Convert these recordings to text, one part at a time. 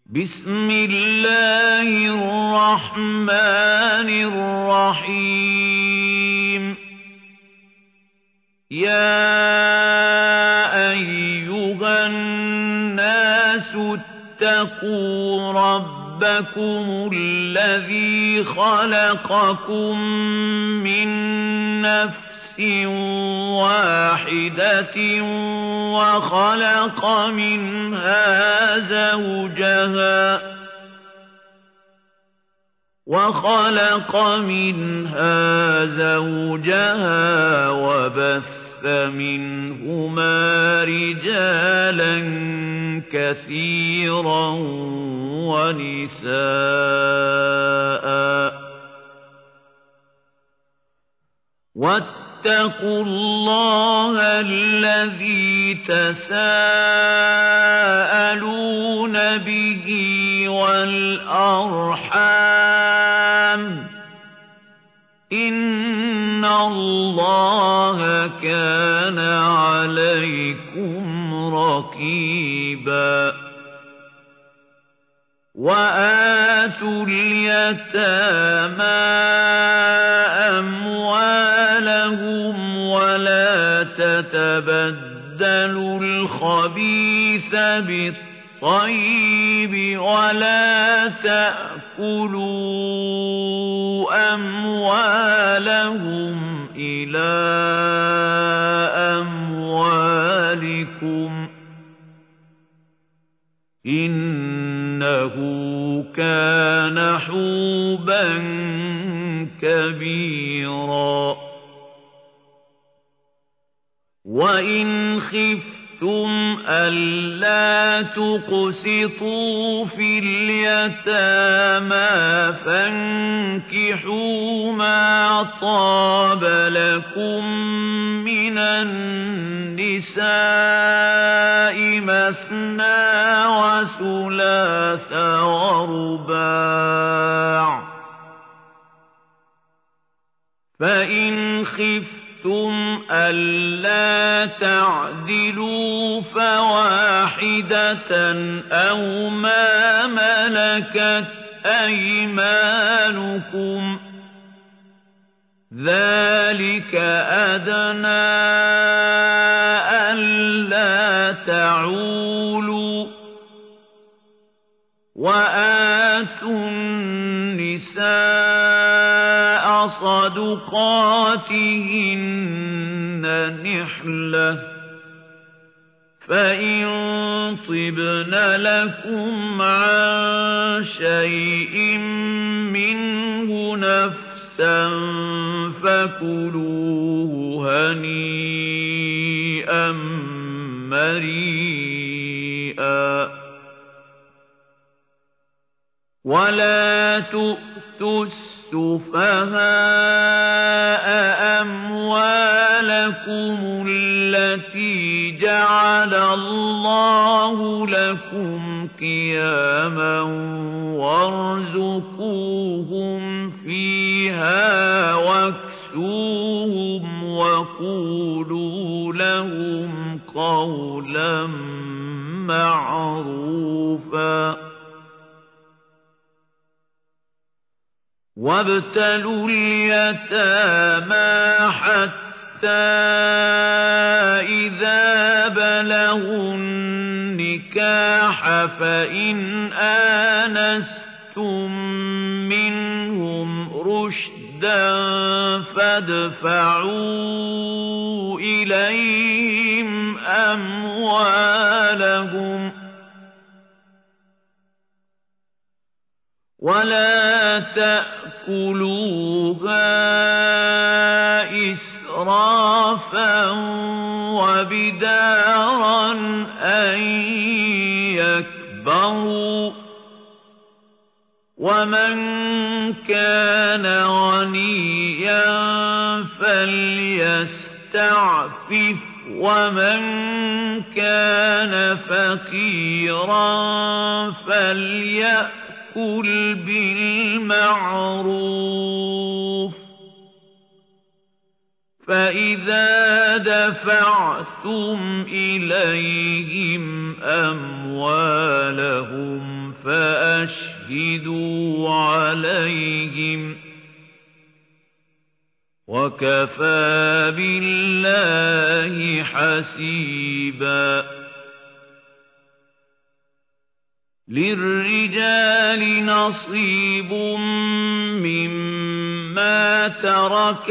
بسم الله الرحمن الرحيم يا أيها الناس اتقوا ربكم الذي خلقكم من نفس واحدة وخلق منها زوجها وبث منهما رجالا كثيرا ونساء واتقوا الله الذي تساءلون به والأرحام إن الله كان عليكم رقيبا وآتوا اليتامى أموالهم ولا تتبدلوا الخبيث بالطيب ولا تأكلوا أموالهم إلى أموالكم إنه كان حوبا كبيرا وإن خفتم ألا تقسطوا في اليتامى فانكحوا ما طاب لكم من النساء مثنى وثلاث ورباع فإن خفتم ألا تعدلوا فواحدة أو ما ملكت أيمانكم ذلك أدنى ألا تعولوا وآتوا النساء صدقاتهن نحلة فإن طبن لكم عن شيء منه نفسا فكلوه هنيئا مريئا ولا تؤتوا السفهاء أموالكم التي جعل الله لكم قياما وارزقوهم فيها واكسوهم وقولوا لهم قولا معروفا وابتلوا اليتامى حتى إذا بلغوا النكاح فإن آنستم منهم رشدا فادفعوا إليهم أموالهم ولا تأكلوها إسرافا وبدارا أن يكبروا ومن كان غنيا فليستعفف ومن كان فقيرا فليأكل بالمعروف فإذا دفعتم إليهم أموالهم فأشهدوا عليهم وكفى بالله حسيبا للرجال نصيب مما ترك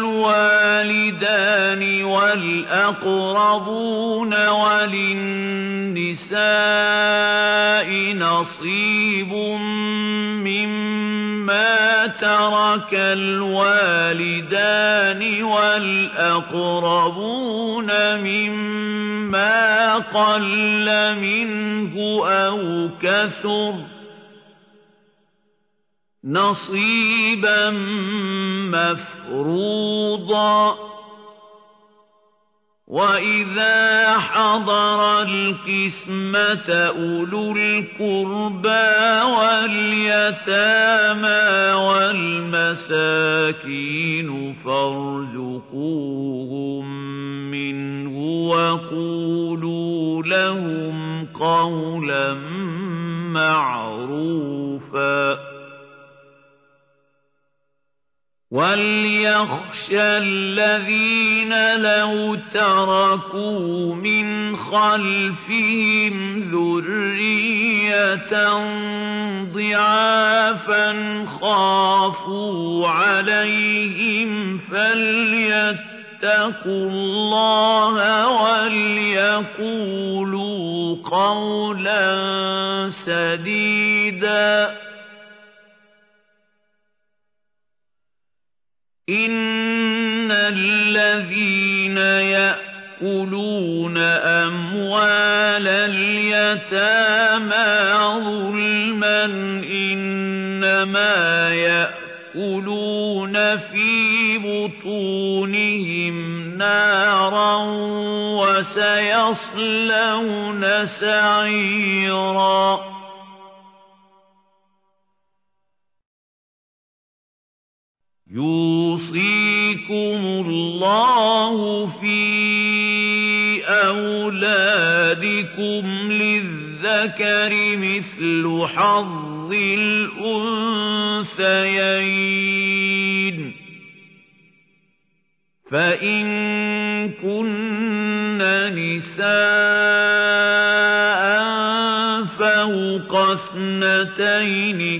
الوالدان والأقربون وللنساء نصيب مما ترك الوالدان والأقربون مما قل منه أو كثر نصيبا مفروضا وإذا حضر القسمة أولو القربى واليتامى والمساكين فارزقوهم منه وقولوا لهم قولا معروفا وليخشى الذين لو تركوا من خلفهم ذرية ضعافا خافوا عليهم فليتقوا الله وليقولوا قولا سديدا إن الذين يأكلون أموال اليتامى ظلما إنما يأكلون في بطونهم نارا وسيصلون سعيرا يوصيكم الله في أولادكم للذكر مثل حظ الأنثيين فإن كن نساء فوق اثنتين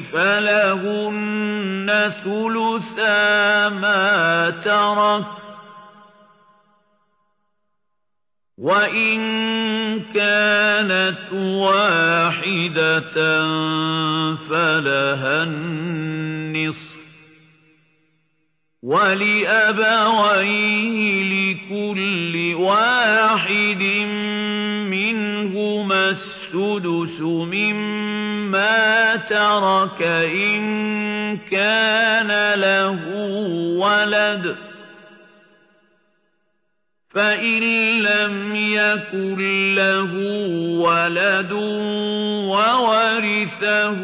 فلهن ثلثا ما ترك وإن كانت واحدة فلها النصف ولأبويه لكل واحد منهما السدس مما ترك إن كان له ولد فإن لم يكن له ولد وورثه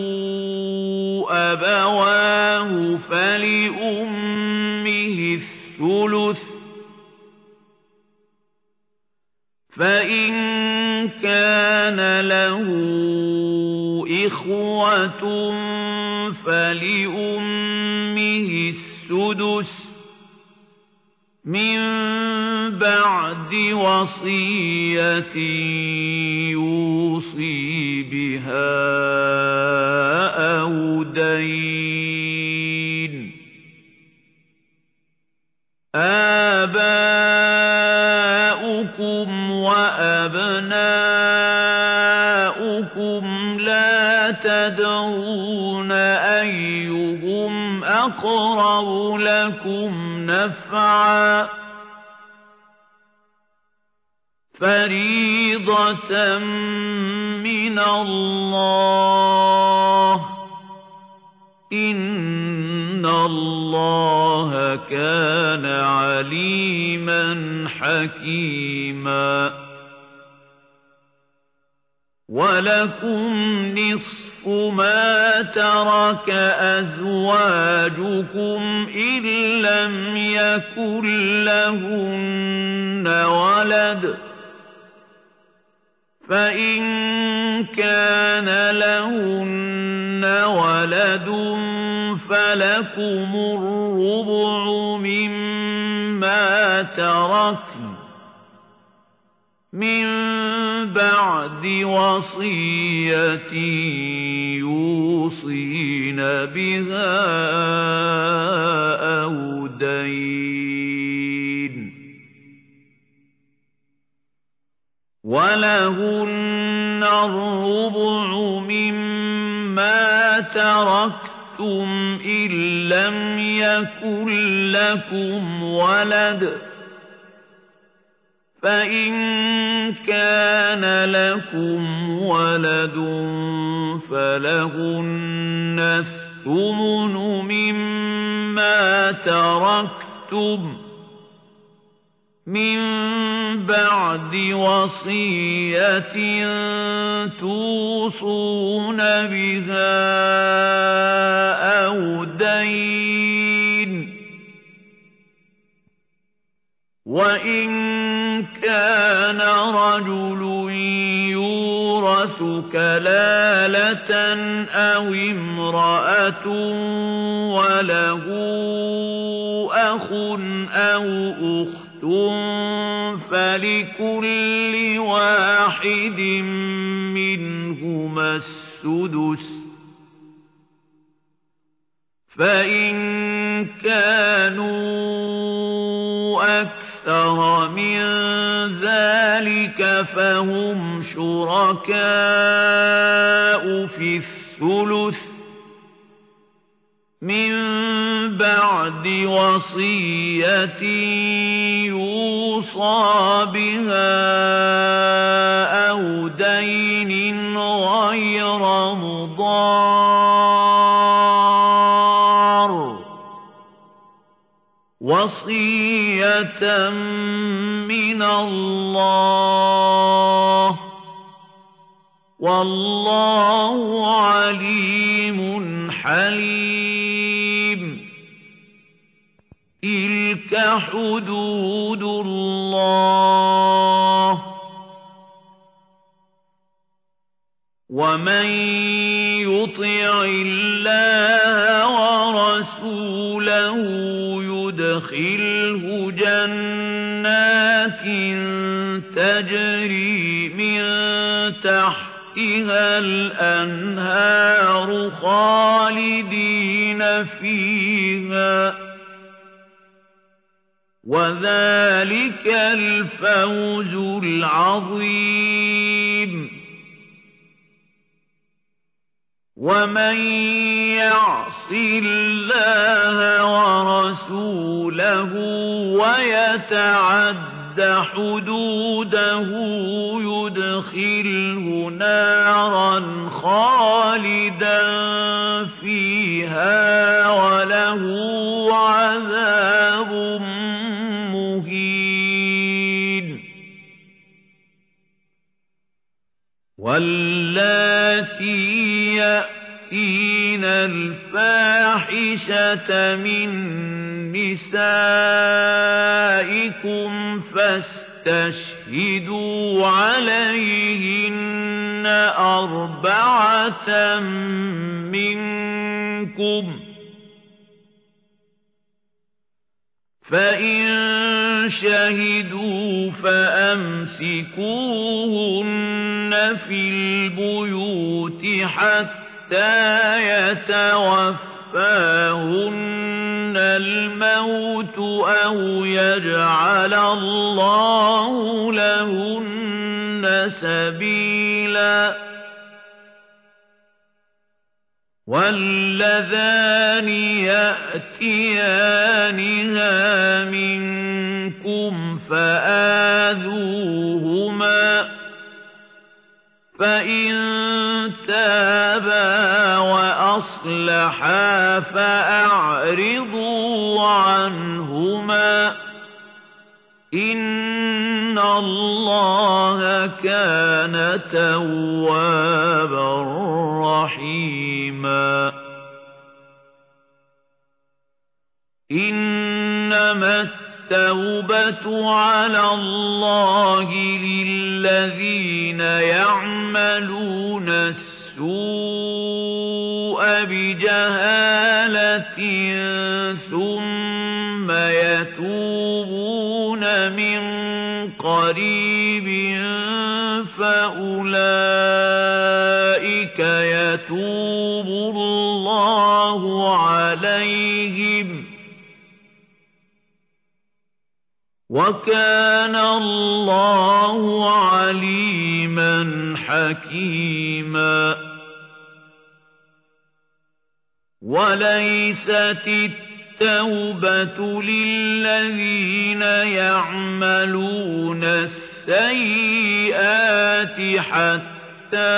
أبواه فلأمه الثلث فإن كان له إخوة فلأمه السدس من بعد وصية يوصي بها أو دين آباؤكم وأبناؤكم لا تدرون أيهم أقرب لكم نفعا فريضة من الله إن الله كان عليما حكيما ولكم نصف ما ترك أزواجكم إن لم يكن لهن ولد فإن كان لهن ولد فلكم الربع مما تركن من بعد وصية يوصين بها أو دين ولهن الربع مما تركتم إن لم يكن لكم ولد فإن كان لكم ولد فلهن الثمن مما تركتم من بعد وصية توصون بها أو دين وإن كان رجل يورث كلالة أو امرأة وله أخ أو أخت فلكل واحد منهما السدس فإن كانوا أكثر من ذلك فهم شركاء في الثلث من بعد وصية يوصى بها أو دين غير مضار وصية من الله والله عليم حليم تلك حدود الله ومن يطع الله ورسوله يدخله جنات تجري من تحتها الأنهار خالدين فيها وذلك الفوز العظيم ومن يعص الله ورسوله ويتعد حدوده يدخله نارا خالدا فيها وله عذاب مهين واللاتي يأتين الفاحشة من نسائكم فاستشهدوا عليهن أربعة منكم فإن شهدوا فأمسكوهن في البيوت حتى يتوفاهن الموت أو يجعل الله لهن سبيلا واللذان يأتيانها منكم فآذوهما فإن تابا وأصلحا فأعرضوا عنهما إن الله كان توابا رحيما إنما التَّوْبَةُ عَلَى اللَّهِ لِلَّذِينَ يَعْمَلُونَ السُّوءَ بِجَهَالَةٍ ثُمَّ يَتُوبُونَ مِن قَرِيبٍ فَأُولَٰئِكَ يَتُوبُ اللَّهُ عَلَيْهِمْ ۗ وَكَانَ اللَّهُ عَلِيمًا حَكِيمًا. وَلَيْسَتِ التَّوْبَةُ لِلَّذِينَ يَعْمَلُونَ السَّيِّئَاتِ حَتَّىٰ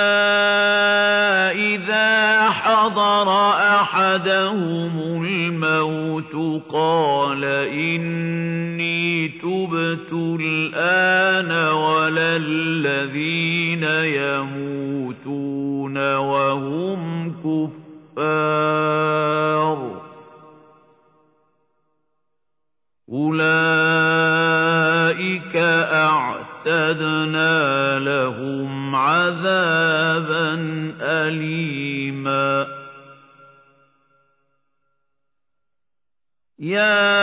إِذَا حَضَرَ أَحَدَهُمُ الْمَوْتُ قَالَ إِنِّي تُبْتُ الْآنَ وَلَا الَّذِينَ يَمُوتُونَ وَهُمْ كُفَّارٌ أُولَٰئِكَ أَعْتَدْنَا لَهُمْ عَذَابًا أَلِيمًا. يَا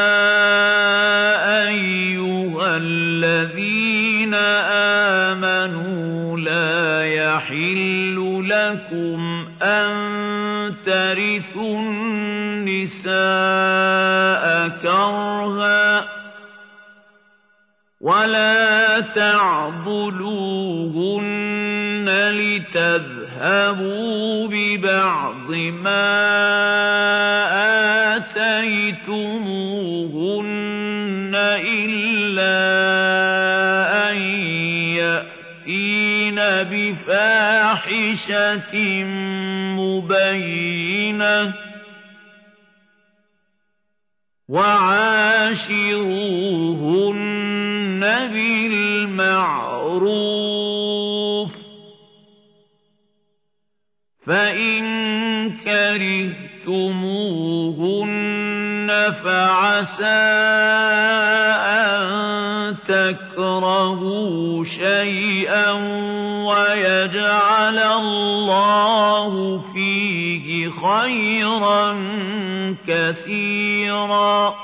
أَيُّهَا الَّذِينَ آمَنُوا لَا يَحِلُّ لَكُمْ أَن تَرِثُوا النِّسَاءَ كَرْهًا وَلَا تَعْضُلُوهُنَّ لِتَذْهَبُوا بِبَعْضِ مَا آتَيْتُمُوهُنَّ إِلَّا أَن يَأْتِينَ بِفَاحِشَةٍ مُّبَيِّنَةٍ وَعَاشِرُوهُنَّ بِالْمَعْرُوفِ ۚ فَإِن كَرِهْتُمُوهُنَّ فَعَسَىٰ أَن تَكْرَهُوا شَيْئًا وَيَجْعَلَ اللَّهُ فِيهِ خَيْرًا كَثِيرًا.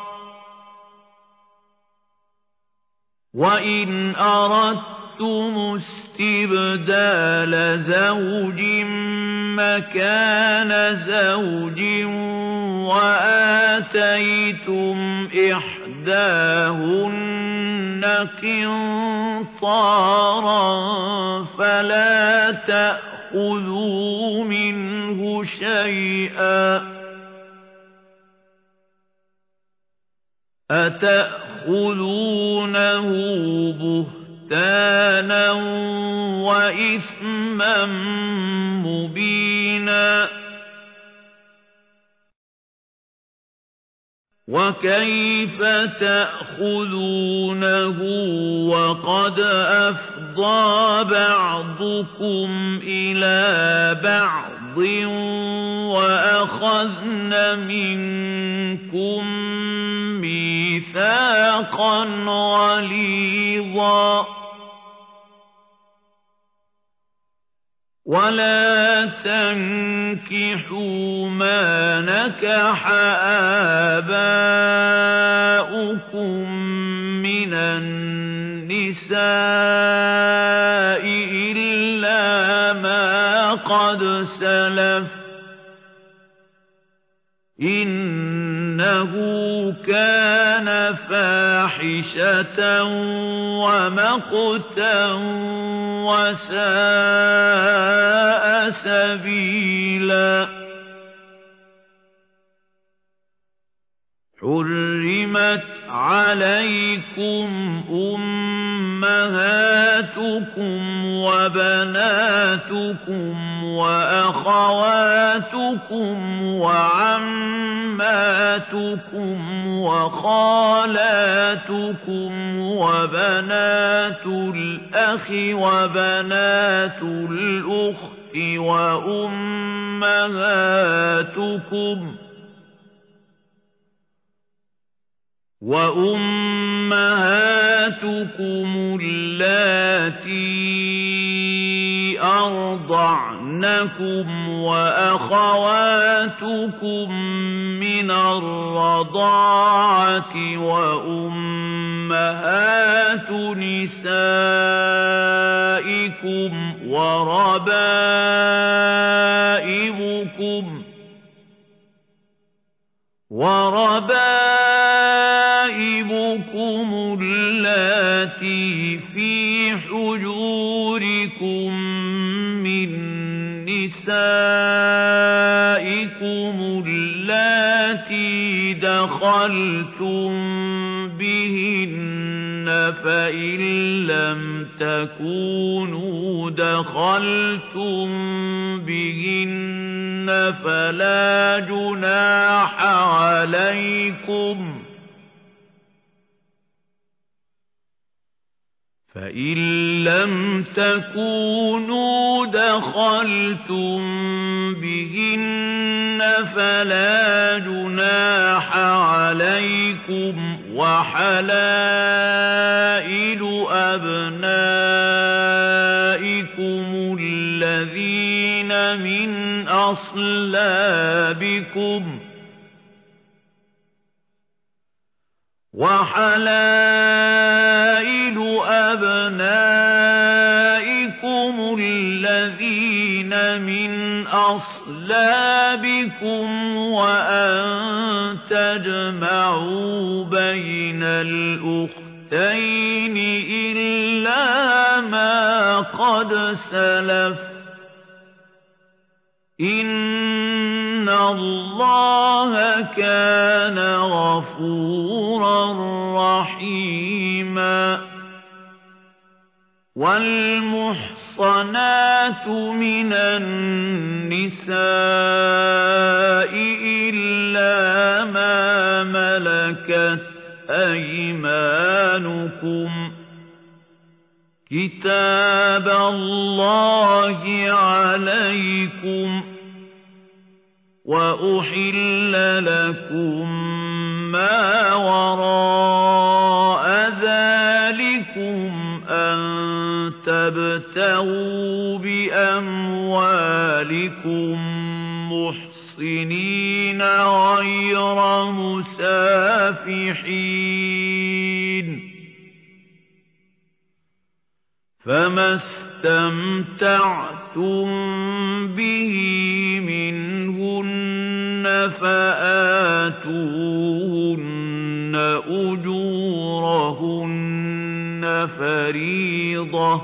وَإِنْ أَرَدتُّمُ اسْتِبْدَالَ زَوْجٍ مَّكَانَ زَوْجٍ وَآتَيْتُمْ إِحْدَاهُنَّ قِنطَارًا فَلَا تَأْخُذُوا مِنْهُ شَيْئًا ۚ أَتَأْخُذُونَهُ بُهْتَانًا وَإِثْمًا مُّبِينًا. وَكَيْفَ تَأْخُذُونَهُ وَقَدْ أَفْضَىٰ بَعْضُكُمْ إِلَىٰ بَعْضٍ وَأَخَذْنَ مِنكُم مِّيثَاقًا غَلِيظًا. وَلَا تَنكِحُوا مَا نَكَحَ آبَاؤُكُم مِّنَ النِّسَاءِ إِلَّا مَا قَدْ سَلَفَ ۚ إِنَّهُ كَانَ فَاحِشَةً وَمَقْتًا وَسَاءَ سَبِيلًا. حُرِّمَتْ عَلَيْكُمْ أُمَّهَاتُكُمْ وَبَنَاتُكُمْ وَأَخَوَاتُكُمْ وَعَمَّاتُكُمْ وَخَالَاتُكُمْ وَبَنَاتُ الْأَخِ وَبَنَاتُ الْأُخْتِ وَأُمَّهَاتُكُمْ وَأُمَّهَاتُكُمُ اللَّاتِي أَرْضَعْنَكُمْ وَأَخَوَاتُكُم مِّنَ الرَّضَاعَةِ وَأُمَّهَاتُ نِسَائِكُمْ وربائبكم اللاتي في حجوركم من نسائكم اللاتي دخلتم بهن فإن لم تكونوا دخلتم بهن فلا جناح عليكم فإن لم تكونوا دخلتم بهن فلا جناح عليكم وحلائل أبنائكم الذين من أصلابكم وأن تجمعوا بين الأختين إلا ما قد سلف إن الله كان غفورا رحيما والمحصنات من النساء إلا ما ملكت أيمانكم كتاب الله عليكم وأحل لكم ما وراء ذلكم أن تبتغوا بأموالكم محصنين غير مسافحين فما استمتعتم به منهن فآتوهن أجورهن فريضة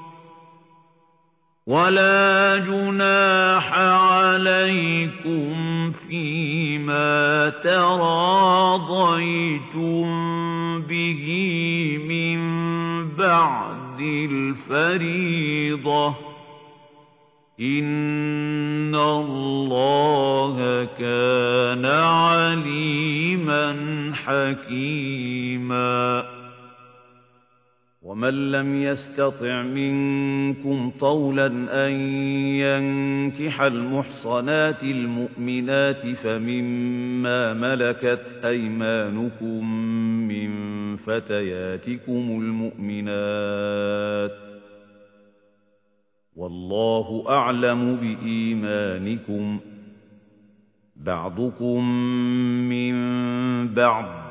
ولا جناح عليكم فيما تراضيتم به من بعد الفريضة إن الله كان عليما حكيما ومن لم يستطع منكم طولا أن ينكح المحصنات المؤمنات فمما ملكت أيمانكم من فتياتكم المؤمنات والله أعلم بإيمانكم بعضكم من بعض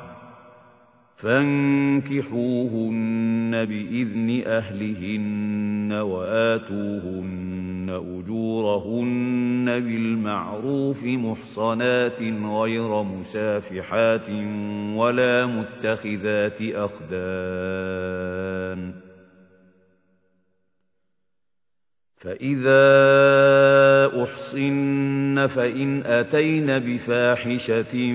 فانكحوهن بإذن أهلهن وآتوهن أجورهن بالمعروف محصنات غير مسافحات ولا متخذات أخدان فإذا أحصن فإن أتين بفاحشة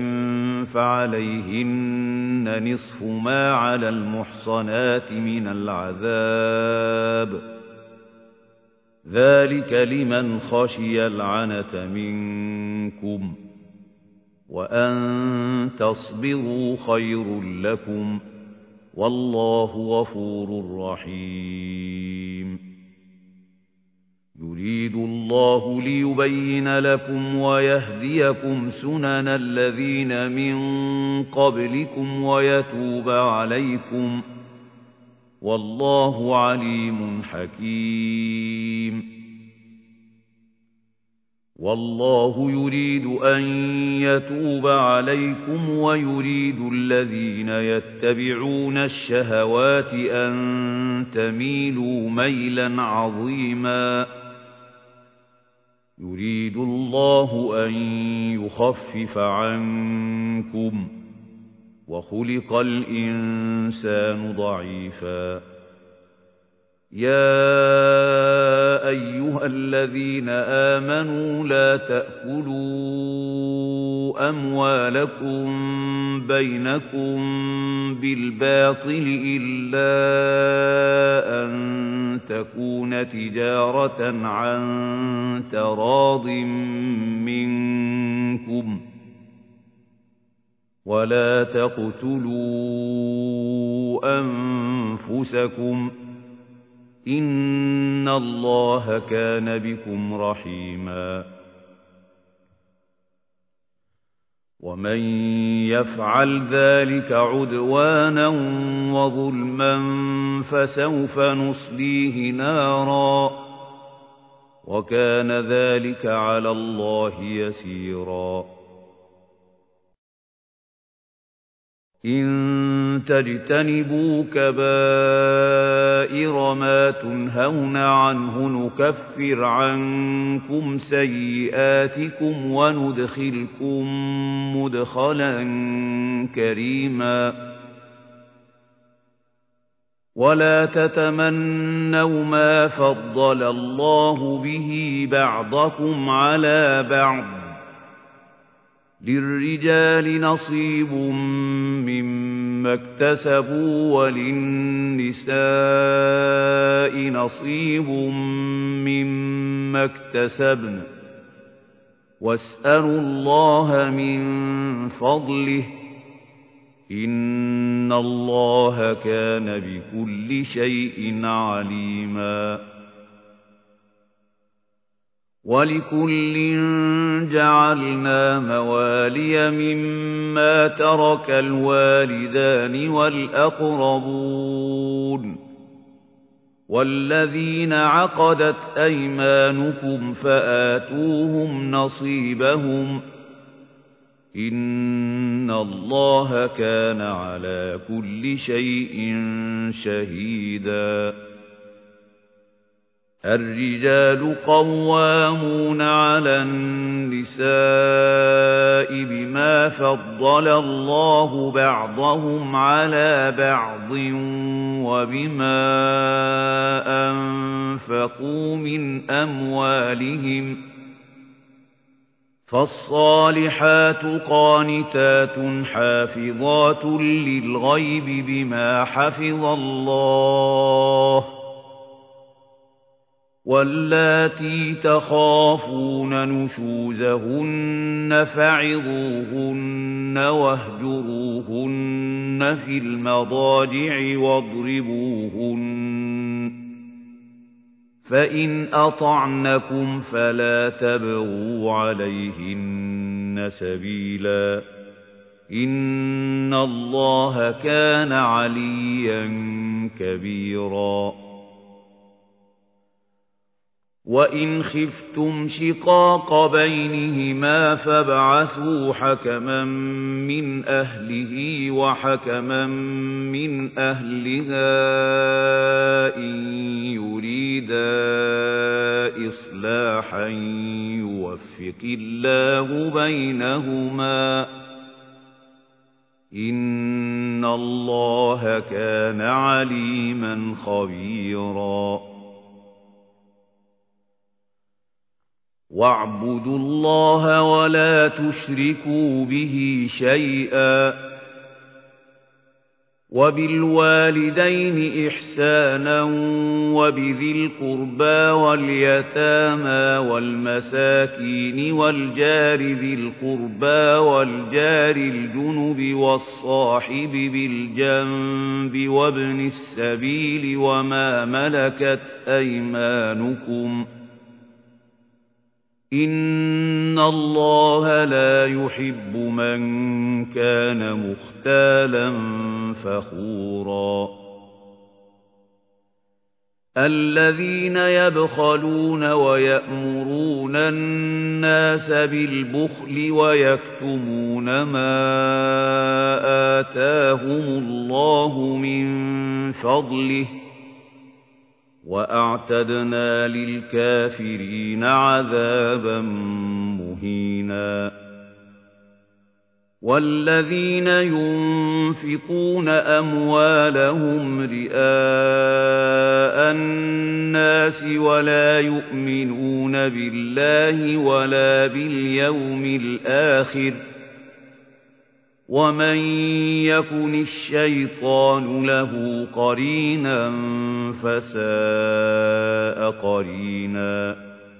فعليهن نصف ما على المحصنات من العذاب ذلك لمن خشي العنة منكم وأن تصبروا خير لكم والله غفور رحيم يريد الله ليبين لكم ويهديكم سنن الذين من قبلكم ويتوب عليكم والله عليم حكيم والله يريد أن يتوب عليكم ويريد الذين يتبعون الشهوات أن تميلوا ميلا عظيما يريد الله أن يخفف عنكم وخلق الإنسان ضعيفا يا أيها الذين آمنوا لا تأكلوا أموالكم بينكم بالباطل إلا أن تكون تجارة عن تراض منكم ولا تقتلوا أنفسكم إن الله كان بكم رحيما ومن يفعل ذلك عدوانا وظلما فسوف نصليه نارا وكان ذلك على الله يسيرا إن تجتنبوا كبائر ما تنهون عنه نكفر عنكم سيئاتكم وندخلكم مدخلا كريما ولا تتمنوا ما فضل الله به بعضكم على بعض للرجال نصيب مما اكتسبوا وللنساء نصيب مما اكتسبن واسألوا الله من فضله إن الله كان بكل شيء عليما ولكل جعلنا موالي مما ترك الوالدان والأقربون والذين عقدت أيمانكم فآتوهم نصيبهم إن الله كان على كل شيء شهيدا الرجال قوامون على النساء بما فضل الله بعضهم على بعض وبما أنفقوا من أموالهم فالصالحات قانتات حافظات للغيب بما حفظ الله واللاتي تخافون نشوزهن فعظوهن واهجروهن في المضاجع واضربوهن فإن أطعنكم فلا تبغوا عليهن سبيلا إن الله كان عليا كبيرا وإن خفتم شقاق بينهما فابعثوا حكما من أهله وحكما من أهلها إن يريدا إصلاحا يوفق الله بينهما إن الله كان عليما خبيرا واعبدوا الله ولا تشركوا به شيئا وبالوالدين إحسانا وبذي القربى واليتامى والمساكين والجار ذي القربى والجار الجنب والصاحب بالجنب وابن السبيل وما ملكت أيمانكم إِنَّ اللَّهَ لَا يُحِبُّ مَن كَانَ مُخْتَالًا فَخُورًا الَّذِينَ يَبْخَلُونَ وَيَأْمُرُونَ النَّاسَ بِالْبُخْلِ وَيَكْتُمُونَ مَا آتَاهُمُ اللَّهُ مِن فَضْلِهِ وَأَعْتَدْنَا لِلْكَافِرِينَ عَذَابًا مُّهِينًا وَالَّذِينَ يُنفِقُونَ أَمْوَالَهُمْ رِئَاءَ النَّاسِ وَلَا يُؤْمِنُونَ بِاللَّهِ وَلَا بِالْيَوْمِ الْآخِرِ وَمَن يَكُنِ الشَّيْطَانُ لَهُ قَرِينًا فَسَاءَ قَرِينًا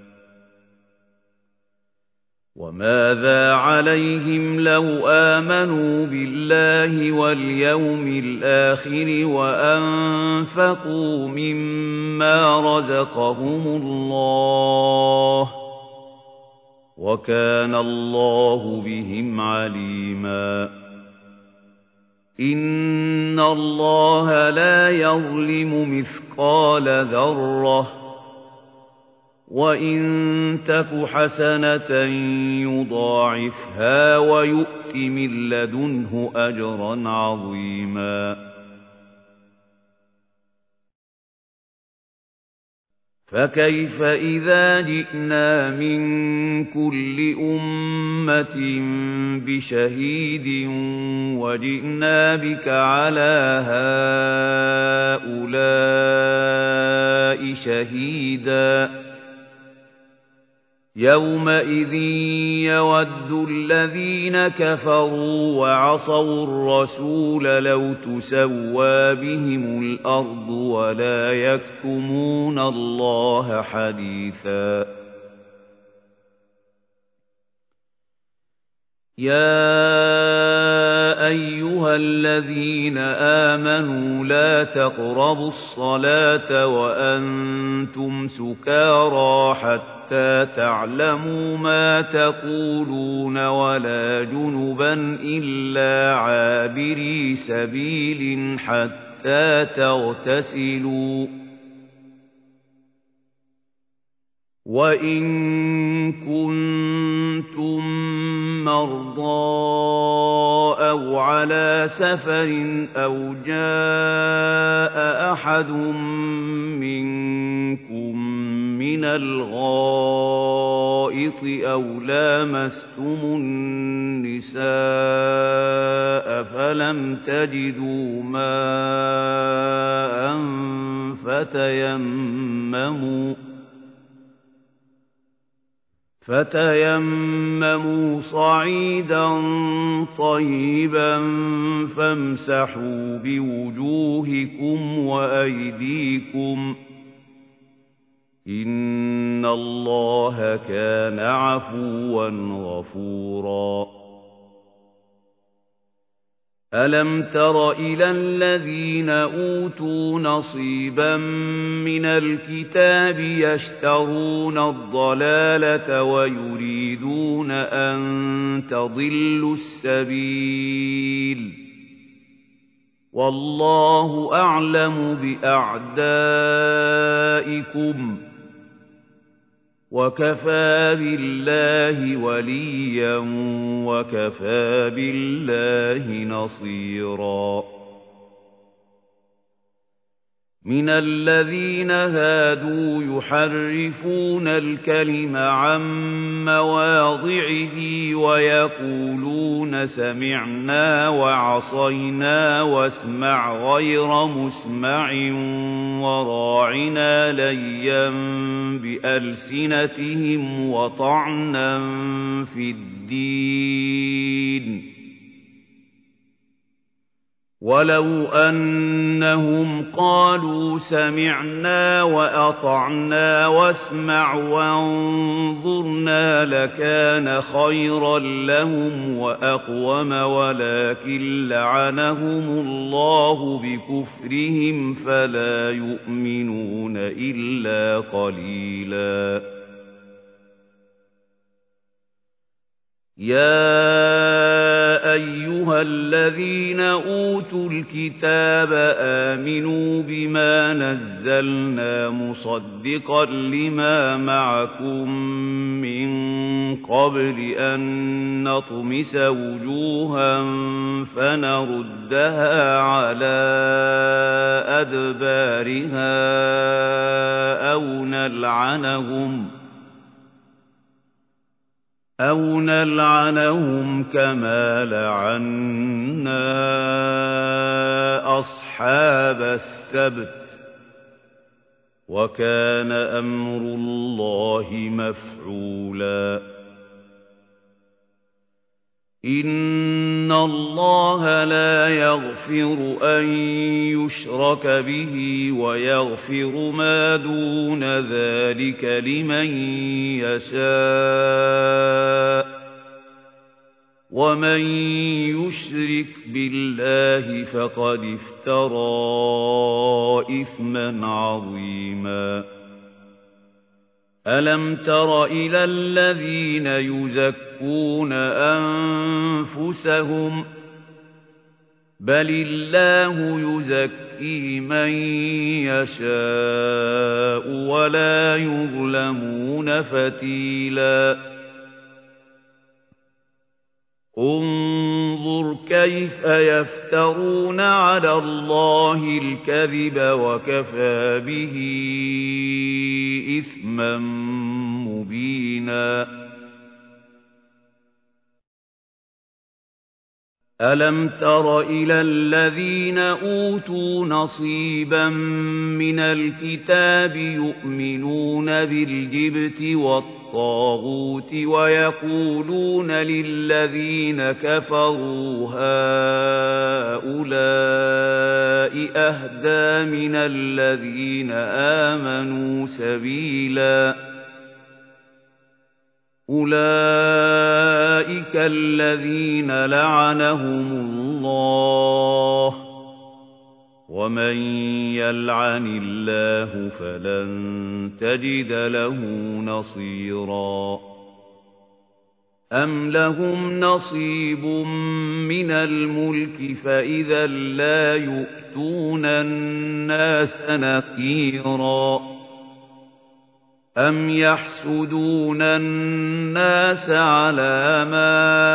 وَمَاذَا عَلَيْهِمْ لَوْ آمَنُوا بِاللَّهِ وَالْيَوْمِ الْآخِرِ وَأَنفَقُوا مِمَّا رَزَقَهُمُ اللَّهُ وَكَانَ اللَّهُ بِهِمْ عَلِيمًا إِنَّ اللَّهَ لَا يَظْلِمُ مِثْقَالَ ذَرَّةٍ وَإِن تَكُ حَسَنَةً يُضَاعِفْهَا وَيُؤْتِ مِن لَّدُنْهُ أَجْرًا عَظِيمًا فَكَيْفَ إِذَا جِئْنَا مِن كُلِّ أُمَّةٍ بِشَهِيدٍ وَجِئْنَا بِكَ عَلَىٰ هَٰؤُلَاءِ شَهِيدًا يَوْمَئِذٍ يَوَدُّ الَّذِينَ كَفَرُوا وَعَصَوُا الرَّسُولَ لَوْ تُسَوَّىٰ بِهِمُ الْأَرْضُ وَلَا يَكْتُمُونَ اللَّهَ حَدِيثًا يَا أَيُّهَا الَّذِينَ آمَنُوا لَا تَقْرَبُوا الصَّلَاةَ وَأَنتُمْ سُكَارَىٰ حَتَّىٰ تَعْلَمُوا مَا تَقُولُونَ وَلَا جُنُبًا إِلَّا عَابِرِي سَبِيلٍ حَتَّىٰ تَغْتَسِلُوا وَإِن كُنتُم مَّرْضَىٰ أَوْ عَلَىٰ سَفَرٍ أَوْ جَاءَ أَحَدٌ مِّنكُم مِّنَ الْغَائِطِ أَوْ لَامَسْتُمُ النِّسَاءَ فَلَمْ تَجِدُوا مَاءً فتيمموا صعيدا طيبا فامسحوا بوجوهكم وأيديكم إن الله كان عفوا غفورا ألم تر إلى الذين أوتوا نصيبا من الكتاب يشترون الضلالة ويريدون أن تضلوا السبيل والله أعلم بأعدائكم وكفى بالله وليا وكفى بالله نصيرا من الذين هادوا يحرفون الكلم عن مواضعه ويقولون سمعنا وعصينا واسمع غير مسمع وراعنا ليا بألسنتهم وطعنا في الدين ولو أنهم قالوا سمعنا وأطعنا واسمع وانظرنا لكان خيرا لهم وأقوم ولكن لعنهم الله بكفرهم فلا يؤمنون إلا قليلا يَا أَيُّهَا الَّذِينَ أُوتُوا الْكِتَابَ آمِنُوا بِمَا نَزَّلْنَا مُصَدِّقًا لِّمَا مَعَكُم مِّن قَبْلِ أَن نَّطْمِسَ وُجُوهًا فَنَرُدَّهَا عَلَىٰ أَدْبَارِهَا أَوْ نَلْعَنَهُمْ كَمَا لَعَنَّا أَصْحَابَ السَّبْتِ ۚ وَكَانَ أَمْرُ اللَّهِ مَفْعُولًا إِنَّ اللَّهَ لَا يَغْفِرُ أَن يُشْرَكَ بِهِ وَيَغْفِرُ مَا دُونَ ذَلِكَ لِمَن يَشَاءُ ۚ وَمَن يُشْرِكْ بِاللَّهِ فَقَدِ افْتَرَىٰ إِثْمًا عَظِيمًا أَلَمْ تَرَ إِلَى الَّذِينَ يُزَكُّونَ أَنفُسَهُم ۚ بَلِ اللَّهُ يُزَكِّي مَن يَشَاءُ وَلَا يُظْلَمُونَ فَتِيلًا انظُرْ كَيْفَ يَفْتَرُونَ عَلَى اللَّهِ الْكَذِبَ وَكَفَىٰ بِهِ إِثْمًا مُّبِينًا أَلَمْ تَرَ إِلَى الَّذِينَ أُوتُوا نَصِيبًا مِّنَ الْكِتَابِ يُؤْمِنُونَ بِالْجِبْتِ وَالطَّاغُوتِ وَيَقُولُونَ لِلَّذِينَ كَفَرُوا هَٰؤُلَاءِ أَهْدَىٰ مِنَ الَّذِينَ آمَنُوا سَبِيلًا أُولَٰئِكَ الَّذِينَ لَعَنَهُمُ اللَّهُ ۖ وَمَن يَلْعَنِ اللَّهُ فَلَن تَجِدَ لَهُ نَصِيرًا أَمْ لَهُمْ نَصِيبٌ مِّنَ الْمُلْكِ فَإِذًا لَّا يُؤْتُونَ النَّاسَ نَقِيرًا أَمْ يَحْسُدُونَ النَّاسَ عَلَىٰ مَا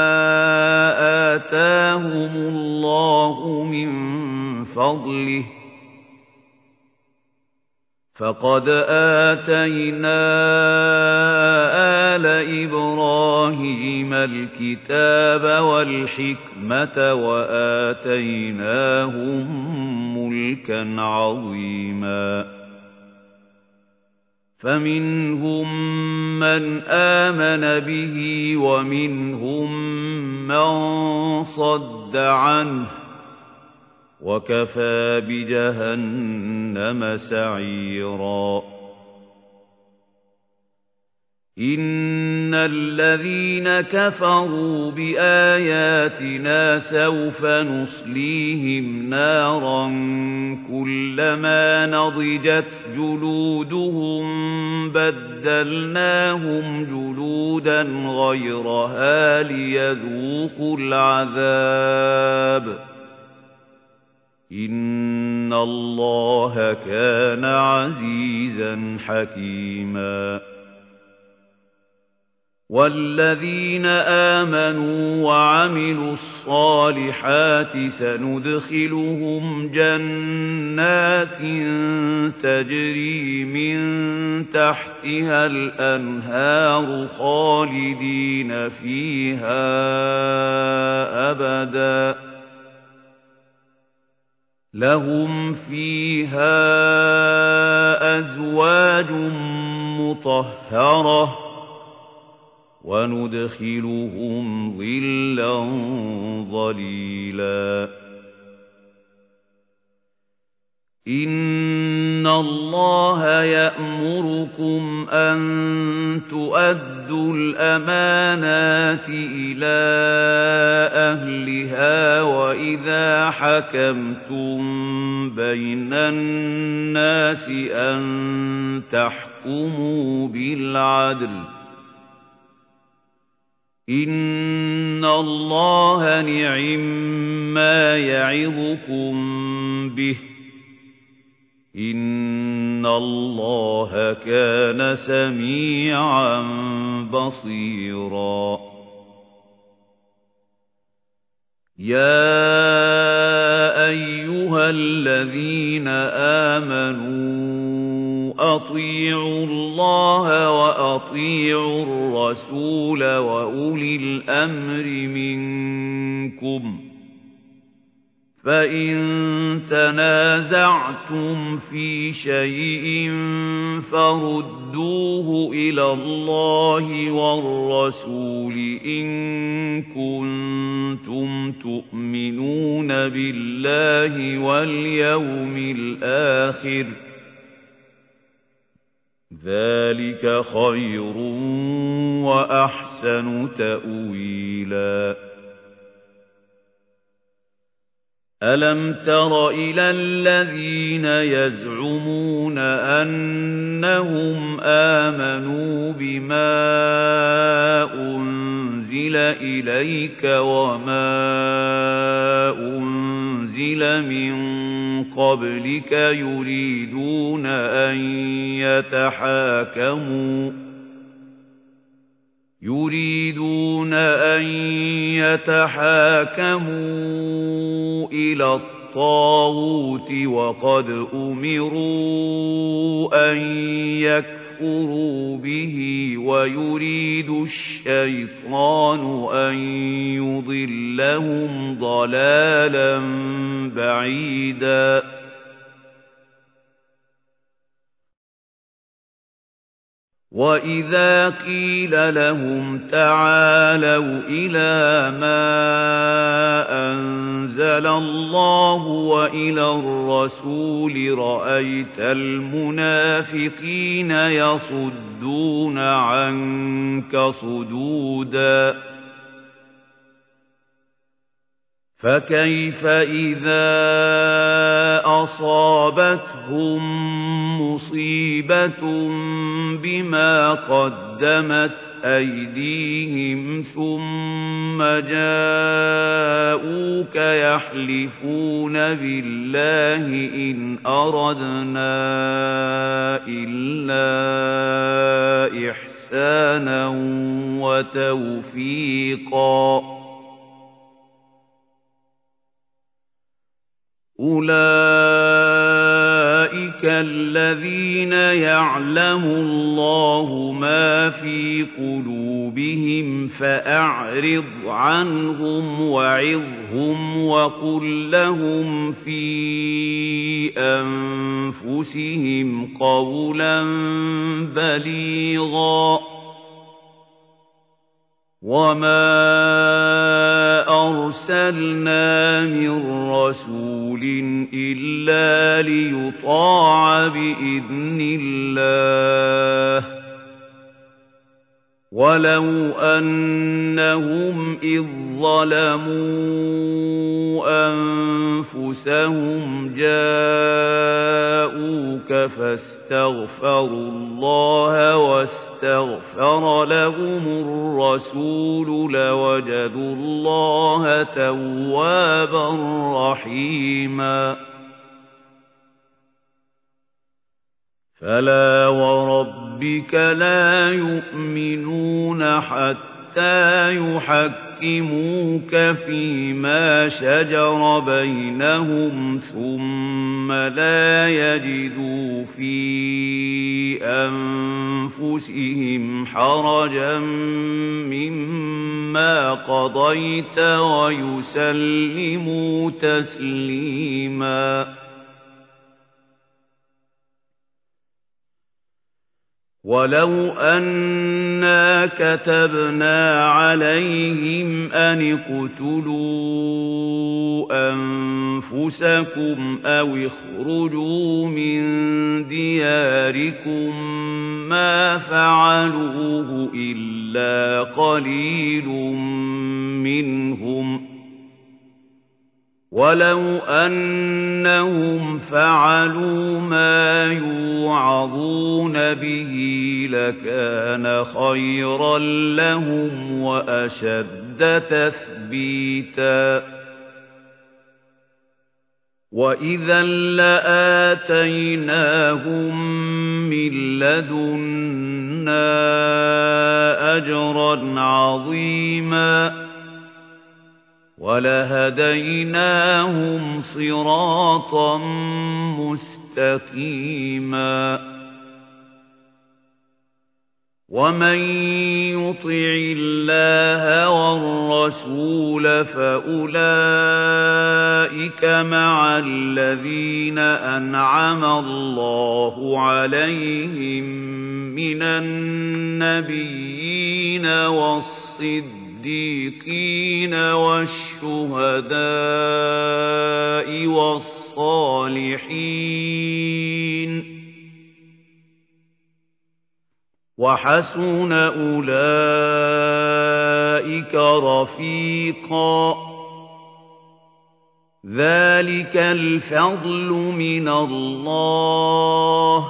آتَاهُمُ اللَّهُ مِن فَضْلِهِ ۖ فَقَدْ آتَيْنَا آلَ إِبْرَاهِيمَ الْكِتَابَ وَالْحِكْمَةَ وَآتَيْنَاهُم مُّلْكًا عَظِيمًا فَمِنْهُم مَّنْ آمَنَ بِهِ وَمِنْهُم مَّن صَدَّ عَنْهُ ۚ وَكَفَىٰ بِجَهَنَّمَ سَعِيرًا إِنَّ الَّذِينَ كَفَرُوا بِآيَاتِنَا سَوْفَ نُصْلِيهِمْ نَارًا كُلَّمَا نَضِجَتْ جُلُودُهُم بَدَّلْنَاهُمْ جُلُودًا غَيْرَهَا لِيَذُوقُوا الْعَذَابَ ۗ إِنَّ اللَّهَ كَانَ عَزِيزًا حَكِيمًا وَالَّذِينَ آمَنُوا وَعَمِلُوا الصَّالِحَاتِ سَنُدْخِلُهُمْ جَنَّاتٍ تَجْرِي مِن تَحْتِهَا الْأَنْهَارُ خَالِدِينَ فِيهَا أَبَدًا ۖ لَّهُمْ فِيهَا أَزْوَاجٌ مُّطَهَّرَةٌ ۖ وَنُدْخِلُهُمْ ظِلًّا ظَلِيلًا إِنَّ اللَّهَ يَأْمُرُكُمْ أَن تُؤَدُّوا الْأَمَانَاتِ إِلَىٰ أَهْلِهَا وَإِذَا حَكَمْتُم بَيْنَ النَّاسِ أَن تَحْكُمُوا بِالْعَدْلِ ۚ إِنَّ اللَّهَ نِعِمَّا يَعِظُكُم بِهِ ۗ إِنَّ اللَّهَ كَانَ سَمِيعًا بَصِيرًا. يَا أَيُّهَا الَّذِينَ آمَنُوا أَطِيعُوا اللَّهَ وَأَطِيعُوا الرَّسُولَ وَأُولِي الْأَمْرِ مِنكُمْ ۖ فَإِن تَنَازَعْتُمْ فِي شَيْءٍ فَرُدُّوهُ إِلَى اللَّهِ وَالرَّسُولِ إِن كُنتُمْ تُؤْمِنُونَ بِاللَّهِ وَالْيَوْمِ الْآخِرِ ۚ ذَلِكَ خَيْرٌ وَأَحْسَنُ تَأْوِيلًا. أَلَمْ تَرَ إِلَى الَّذِينَ يَزْعُمُونَ أَنَّهُمْ آمَنُوا بِمَا أُنزِلَ إِلَيْكَ وَمَا أُنزِلَ مِن قَبْلِكَ يُرِيدُونَ أَن يَتَحَاكَمُوا إِلَى الطَّاغُوتِ وَقَدْ أُمِرُوا أَن يَكْفُرُوا بِهِ وَيُرِيدُ الشَّيْطَانُ أَن يُضِلَّهُمْ ضَلَالًا بَعِيدًا. وَإِذَا قِيلَ لَهُمْ تَعَالَوْا إِلَىٰ مَا أَنزَلَ اللَّهُ وَإِلَى الرَّسُولِ رَأَيْتَ الْمُنَافِقِينَ يَصُدُّونَ عَنكَ صُدُودًا. فَكَيْفَ إِذَا أَصَابَتْهُم مُّصِيبَةٌ بِمَا قَدَّمَتْ أَيْدِيهِمْ ثُمَّ جَاءُوكَ يَحْلِفُونَ بِاللَّهِ إِنْ أَرَدْنَا إِلَّا إِحْسَانًا وَتَوْفِيقًا. أُولَئِكَ الَّذِينَ يَعْلَمُ اللَّهُ مَا فِي قُلُوبِهِمْ فَأَعْرِضْ عَنْهُمْ وَعِظْهُمْ وَقُل لَّهُمْ فِي أَنفُسِهِمْ قَوْلًا بَلِيغًا. وَمَا أَرْسَلْنَا مِن رَّسُولٍ إِلَّا لِيُطَاعَ بِإِذْنِ اللَّهِ ۚ وَلَوْ أَنَّهُمْ إِذ ظَّلَمُوا أَنفُسَهُمْ جَاءُوكَ فَاسْتَغْفَرُوا اللَّهَ وَاسْتَغْفَرَ لَهُمُ الرَّسُولُ لَوَجَدُوا اللَّهَ تَوَّابًا رَّحِيمًا. فَلَا وَرَبِّكَ لَا يُؤْمِنُونَ حَتَّىٰ يُحَكِّمُوكَ فِيمَا شَجَرَ بَيْنَهُمْ ثُمَّ لَا يَجِدُوا فِي أَنفُسِهِمْ حَرَجًا مِّمَّا قَضَيْتَ وَيُسَلِّمُوا تَسْلِيمًا. وَلَوْ أَنَّا كَتَبْنَا عَلَيْهِمْ أَنِ اقْتُلُوا أَنفُسَكُمْ أَوِ اخْرُجُوا مِن دِيَارِكُم مَّا فَعَلُوهُ إِلَّا قَلِيلٌ مِّنْهُمْ ۖ وَلَوْ أَنَّهُمْ فَعَلُوا مَا يُوعَظُونَ بِهِ لَكَانَ خَيْرًا لَّهُمْ وَأَشَدَّ تَثْبِيتًا وَإِذًا لَّآتَيْنَاهُم مِّن لَّدُنَّا أَجْرًا عَظِيمًا وَلَهَدَيْنَاهُمْ صِرَاطًا مُّسْتَقِيمًا وَمَن يُطِعِ اللَّهَ وَالرَّسُولَ فَأُولَٰئِكَ مَعَ الَّذِينَ أَنْعَمَ اللَّهُ عَلَيْهِم مِّنَ النَّبِيِّينَ والصِّدِّيقِينَ والشُّهَدَاءِ والصَّالِحِينَ وَحَسُنَ أُولَٰئِكَ رَفِيقًا ذَلِكَ الْفَضْلُ مِنَ اللَّهِ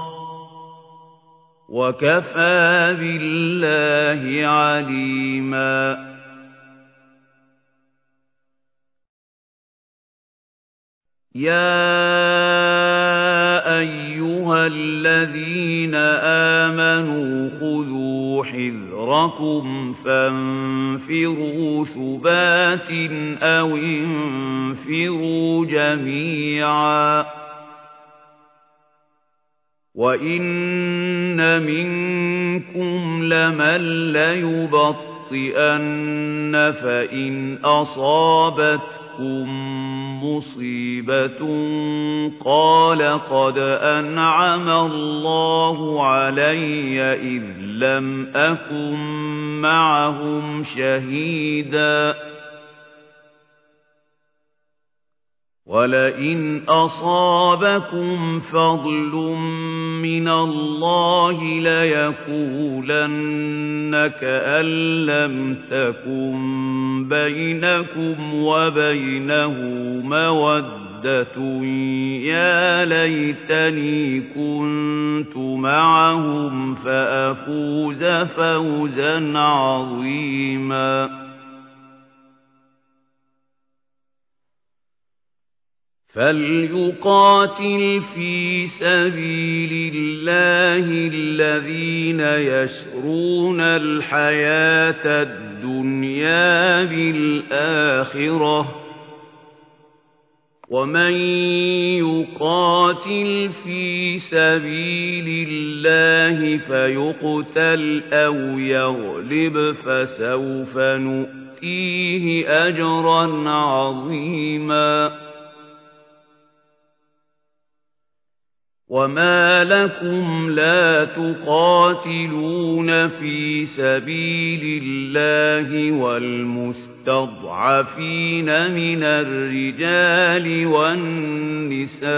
وَكَفَىٰ بِاللَّهِ عَلِيمًا يَا أَيُّهَا الَّذِينَ آمَنُوا خُذُوا حِذْرَكُمْ فَانفِرُوا ثُبَاتٍ أَوِ انفِرُوا جَمِيعًا وَإِنَّ مِنكُمْ لَمَن لَّيُبَطِّئَنَّ فَإِنْ أَصَابَتْكُم مُّصِيبَةٌ قَالَ قَدْ أَنْعَمَ اللَّهُ عَلَيَّ إِذْ لَمْ أَكُن مَّعَهُمْ شَهِيدًا وَلَئِنْ أَصَابَكُمْ فَضْلٌ مِّنَ اللَّهِ لَيَقُولَنَّ كَأَن لَّمْ تَكُن بَيْنَكُمْ وَبَيْنَهُ مَوَدَّةٌ يَا لَيْتَنِي كُنتُ مَعَهُمْ فَأَفُوزَ فَوْزًا عَظِيمًا فَلْيُقَاتِلْ فِي سَبِيلِ اللَّهِ الَّذِينَ يَشْرُونَ الْحَيَاةَ الدُّنْيَا بِالْآخِرَةِ ۖ وَمَن يُقَاتِلْ فِي سَبِيلِ اللَّهِ فَيُقْتَلْ أَوْ يَغْلِبْ فَسَوْفَ نُؤْتِيهِ أَجْرًا عَظِيمًا وَمَا لَكُمْ لَا تُقَاتِلُونَ فِي سَبِيلِ اللَّهِ وَالْمُسْتَضْعَفِينَ مِنَ الرِّجَالِ وَالنِّسَاءِ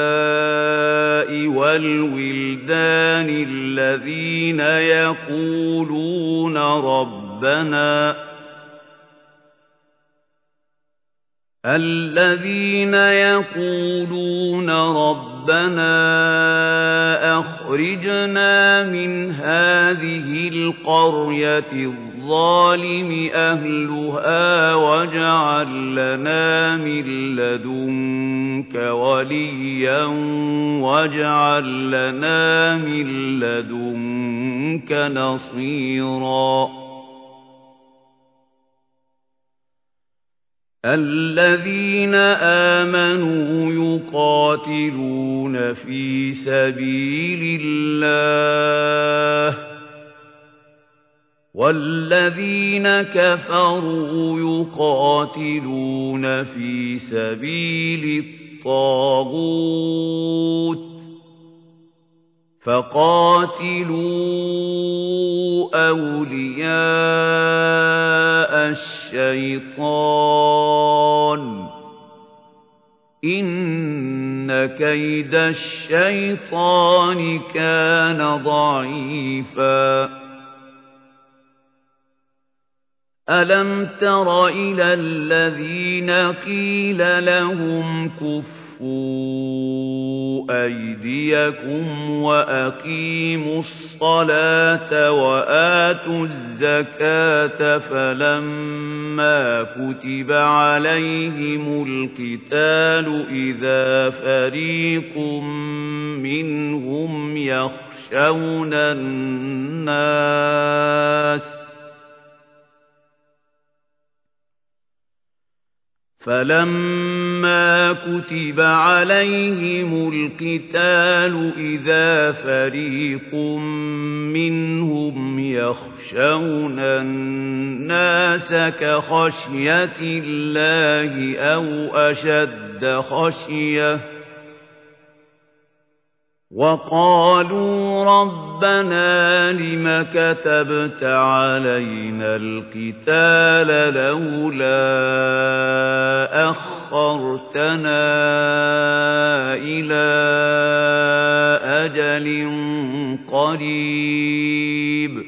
وَالْوِلْدَانِ الَّذِينَ يَقُولُونَ رَبَّنَا أَخْرِجْنَا مِنْ هَٰذِهِ الْقَرْيَةِ الظَّالِمِ أَهْلُهَا وَاجْعَل لَّنَا مِن لَّدُنكَ وَلِيًّا وَاجْعَل لَّنَا مِن لَّدُنكَ نَصِيرًا الَّذِينَ آمَنُوا يُقَاتِلُونَ فِي سَبِيلِ اللَّهِ وَالَّذِينَ كَفَرُوا يُقَاتِلُونَ فِي سَبِيلِ الطَّاغُوتِ فَقَاتِلُوا أَوْلِيَاءَ الشَّيْطَانِ ۖ إِنَّ كَيْدَ الشَّيْطَانِ كَانَ ضَعِيفًا أَلَمْ تَرَ إِلَى الَّذِينَ قِيلَ لَهُمْ كُفُّوا أَيْدِيَكُمْ وَأَقِيمُوا الصَّلَاةَ وَآتُوا الزَّكَاةَ فَلَمَّا كُتِبَ عَلَيْهِمُ الْقِتَالُ إِذَا فَرِيقٌ مِّنْهُمْ يَخْشَوْنَ النَّاسَ فَلَمَّا كُتِبَ عَلَيْهِمُ الْقِتَالُ إِذَا فَرِيقٌ مِّنْهُمْ يَخْشَوْنَ النَّاسَ كَخَشْيَةِ اللَّهِ أَوْ أَشَدَّ خَشْيَةً وَقَالُوا رَبَّنَا لِمَ كَتَبْتَ عَلَيْنَا الْقِتَالَ لَوْلَا أَخَّرْتَنَا إِلَىٰ أَجَلٍ قَرِيبٍ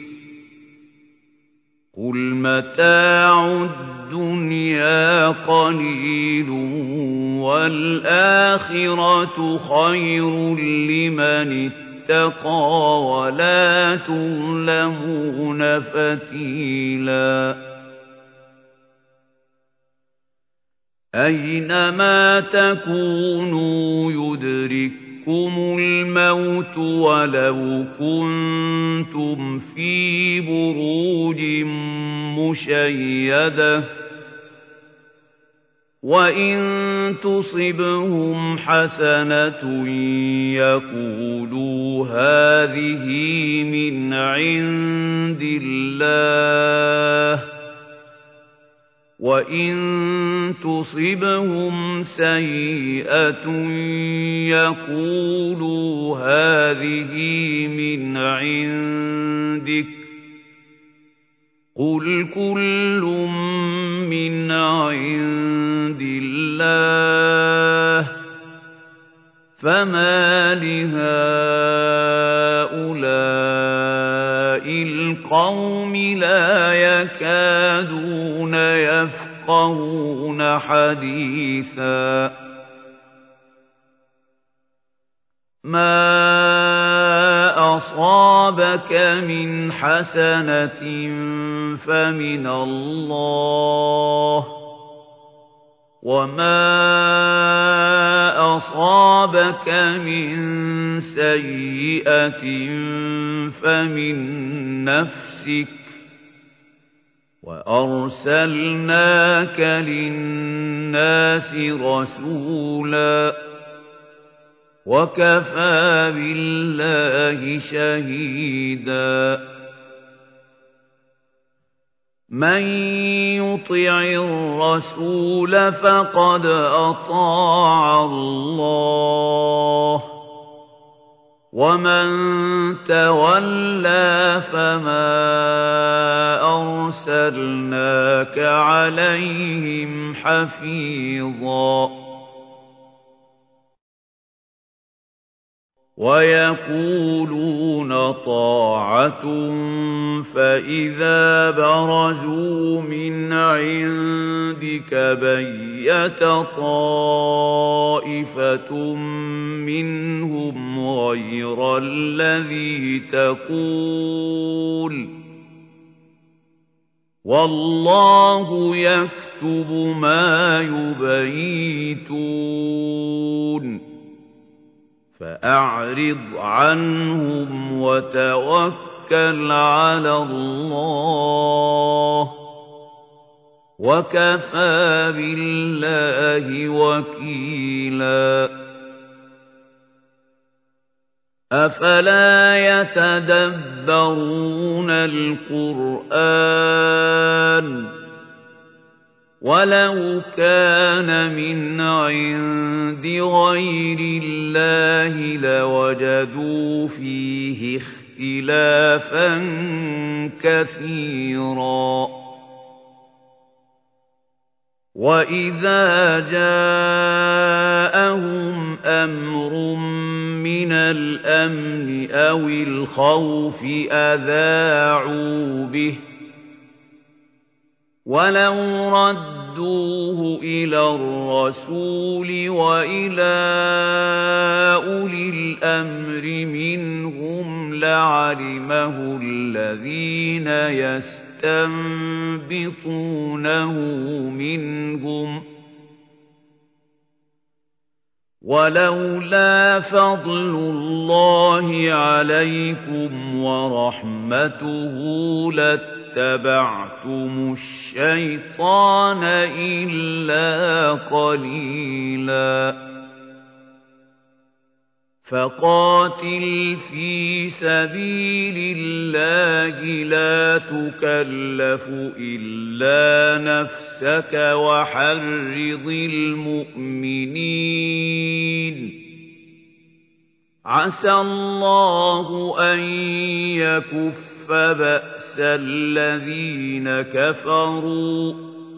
قُلْ مَتَاعُ الدُّنْيَا قَلِيلٌ وَالْآخِرَةُ خَيْرٌ لِّمَنِ اتَّقَىٰ وَلَا تُظْلَمُونَ فَتِيلًا أَيْنَمَا تَكُونُوا يُدْرِككُّمُ الْمَوْتُ وَلَوْ كُنتُمْ فِي بُرُوجٍ مُّشَيَّدَةٍ وَإِن تُصِبْهُمْ حَسَنَةٌ يَقُولُوا هَٰذِهِ مِنْ عِندِ اللَّهِ وَإِن تُصِبْهُمْ سَيِّئَةٌ يَقُولُوا هَٰذِهِ مِنْ عِندِكَ قُلْ كُلٌّ مِّنْ عِندِ اللَّهِ فَمَا لِهَٰؤُلَاءِ الْقَوْمِ لَا يَكَادُونَ يَفْقَهُونَ حَدِيثًا مَا أَصَابَكَ مِنْ حَسَنَةٍ فَمِنَ اللَّهِ وَمَا أَصَابَكَ مِن سَيِّئَةٍ فَمِن نَّفْسِكَ وَأَرْسَلْنَاكَ لِلنَّاسِ رَسُولًا وَكَفَىٰ بِاللَّهِ شَهِيدًا مَّن يُطِعِ الرَّسُولَ فَقَدْ أَطَاعَ اللَّهَ وَمَن تَوَلَّىٰ فَمَا أَرْسَلْنَاكَ عَلَيْهِمْ حَفِيظًا وَيَقُولُونَ طَاعَةٌ فَإِذَا بَرَزُوا مِنْ عِندِكَ بَيَّتَ طَائِفَةٌ مِّنْهُمْ غَيْرَ الَّذِي تَقُولُ وَاللَّهُ يَكْتُبُ مَا يُبَيِّتُونَ فَأَعْرِضْ عَنْهُمْ وَتَوَكَّلْ عَلَى اللَّهِ وَكَفَىٰ بِاللَّهِ وَكِيلًا أَفَلَا يَتَدَبَّرُونَ الْقُرْآنَ وَلَوْ كَانَ مِنْ عِندِ غَيْرِ اللَّهِ لَوَجَدُوا فِيهِ اخْتِلَافًا كَثِيرًا وَإِذَا جَاءَهُمْ أَمْرٌ مِّنَ الْأَمْنِ أَوِ الْخَوْفِ أَذَاعُوا بِهِ وَلَوْ رَدُّوهُ إِلَى الرَّسُولِ وَإِلَى أُولِي الْأَمْرِ مِنْهُمْ لَعَلِمَهُ الَّذِينَ يَسْتَنبِطُونَهُ مِنْهُمْ ۗ وَلَوْلَا فَضْلُ اللَّهِ عَلَيْكُمْ وَرَحْمَتُهُ لَاتَّبَعْتُمُ الشَّيْطَانَ إِلَّا قَلِيلًا فَقَاتِلْ فِي سَبِيلِ اللَّهِ لَا تُكَلَّفُ إِلَّا نَفْسَكَ وَحَرِّضِ الْمُؤْمِنِينَ عَسَى اللَّهُ أَن يَكُفَّ بَأْسَ الَّذِينَ كَفَرُوا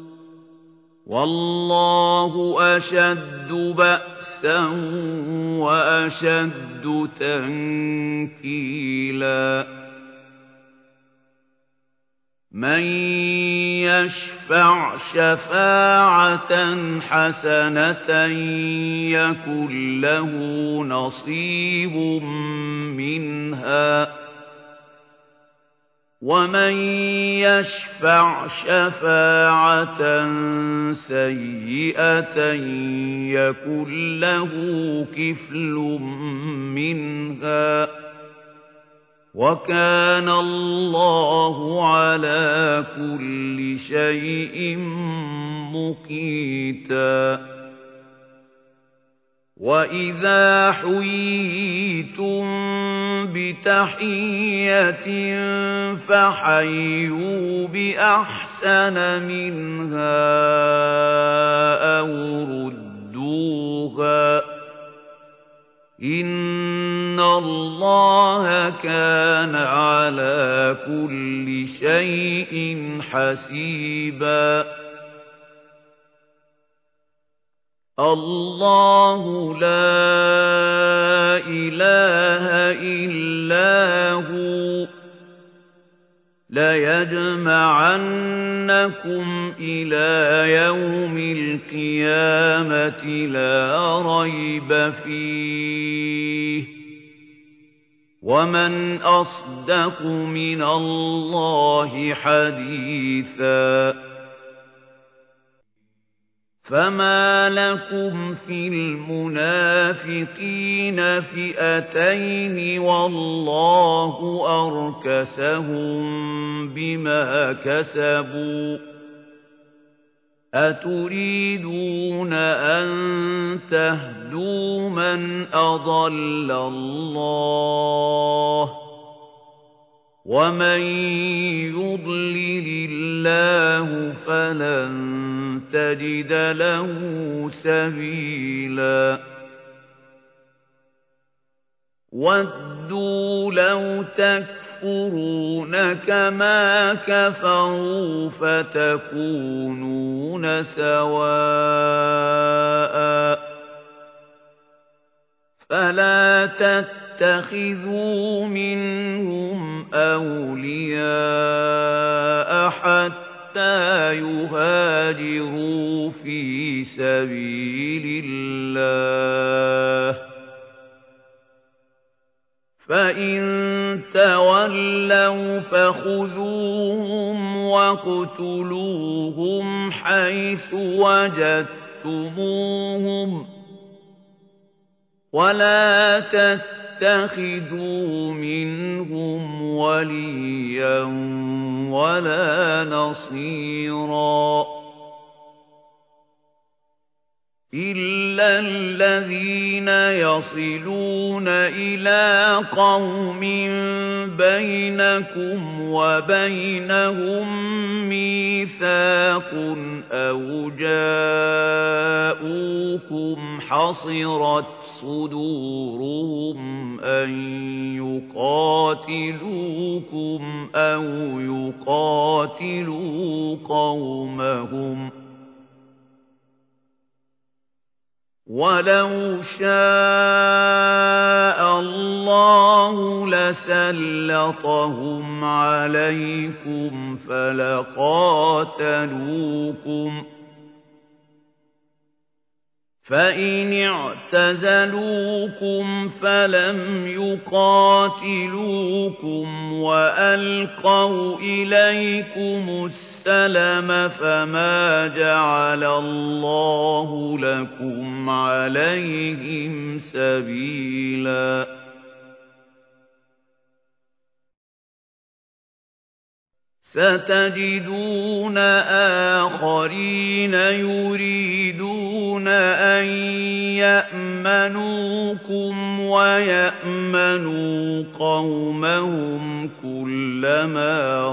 وَاللَّهُ أَشَدُّ بَأْسًا وَأَشَدُّ تَنكِيلًا مَن يَشْفَعْ شَفَاعَةً حَسَنَةً يَكُن لَّهُ نَصِيبٌ مِّنْهَا وَمَن يَشْفَعْ شَفَاعَةً سَيِّئَةً يَكُن لَّهُ كِفْلٌ مِّنْهَا وَكَانَ اللَّهُ عَلَىٰ كُلِّ شَيْءٍ مُّقِيتًا وَإِذَا حُيِّيتُم بِتَحِيَّةٍ فَحَيُّوا بِأَحْسَنَ مِنْهَا أَوْ رُدُّوهَا ۗ إِنَّ اللَّهَ كَانَ عَلَىٰ كُلِّ شَيْءٍ حَسِيبًا اللَّهُ لَا إِلَٰهَ إِلَّا هُوَ لَيَجْمَعَنَّكُمْ إِلَىٰ يَوْمِ الْقِيَامَةِ لَا رَيْبَ فِيهِ ۗ وَمَنْ أَصْدَقُ مِنَ اللَّهِ حَدِيثًا فَمَا لَكُمْ فِي الْمُنَافِقِينَ فِئَتَيْنِ وَاللَّهُ أَرْكَسَهُم بِمَا كَسَبُوا ۚ أَتُرِيدُونَ أَن تَهْدُوا مَنْ أَضَلَّ اللَّهُ ۖ وَمَن يُضْلِلِ اللَّهُ فَلَن تَجِدَ لَهُ سَبِيلًا وَدُّوا لَوْ تَكْفُرُونَ كَمَا كَفَرُوا فَتَكُونُونَ سَوَاءً ۖ فَلَا تَتَّخِذُوا مِنْهُمْ أَوْلِيَاءَ حَتَّىٰ يُهَاجِرُوا فِي سَبِيلِ اللَّهِ ۚ فَإِن تَوَلَّوْا فَخُذُوهُمْ وَاقْتُلُوهُمْ حَيْثُ وَجَدتُّمُوهُمْ ۖ وَلَا تَتَّخِذُوا مِنْهُمْ وَلِيًّا وَلَا نَصِيرًا إِلَّا الَّذِينَ يَصِلُونَ إِلَىٰ قَوْمٍ بَيْنَكُمْ وَبَيْنَهُم مِّيثَاقٌ أَوْ جَاءُوكُمْ حَصِرَتْ صُدُورُهُمْ أَن يُقَاتِلُوكُمْ أَوْ يُقَاتِلُوا قَوْمَهُمْ ۚ وَلَوْ شَاءَ اللَّهُ لَسَلَّطَهُمْ عَلَيْكُمْ فَلَقَاتَلُوكُمْ فَإِنِ اعْتَزَلُوكُمْ فَلَمْ يُقَاتِلُوكُمْ وَأَلْقَوْا إِلَيْكُمُ السَّلَمَ فَمَا جَعَلَ اللَّهُ لَكُمْ عَلَيْهِمْ سَبِيلًا سَتَجِدُونَ آخَرِينَ يُرِيدُونَ أَن يَأْمَنُوكُمْ وَيَأْمَنُوا قَوْمَهُمْ كُلَّمَا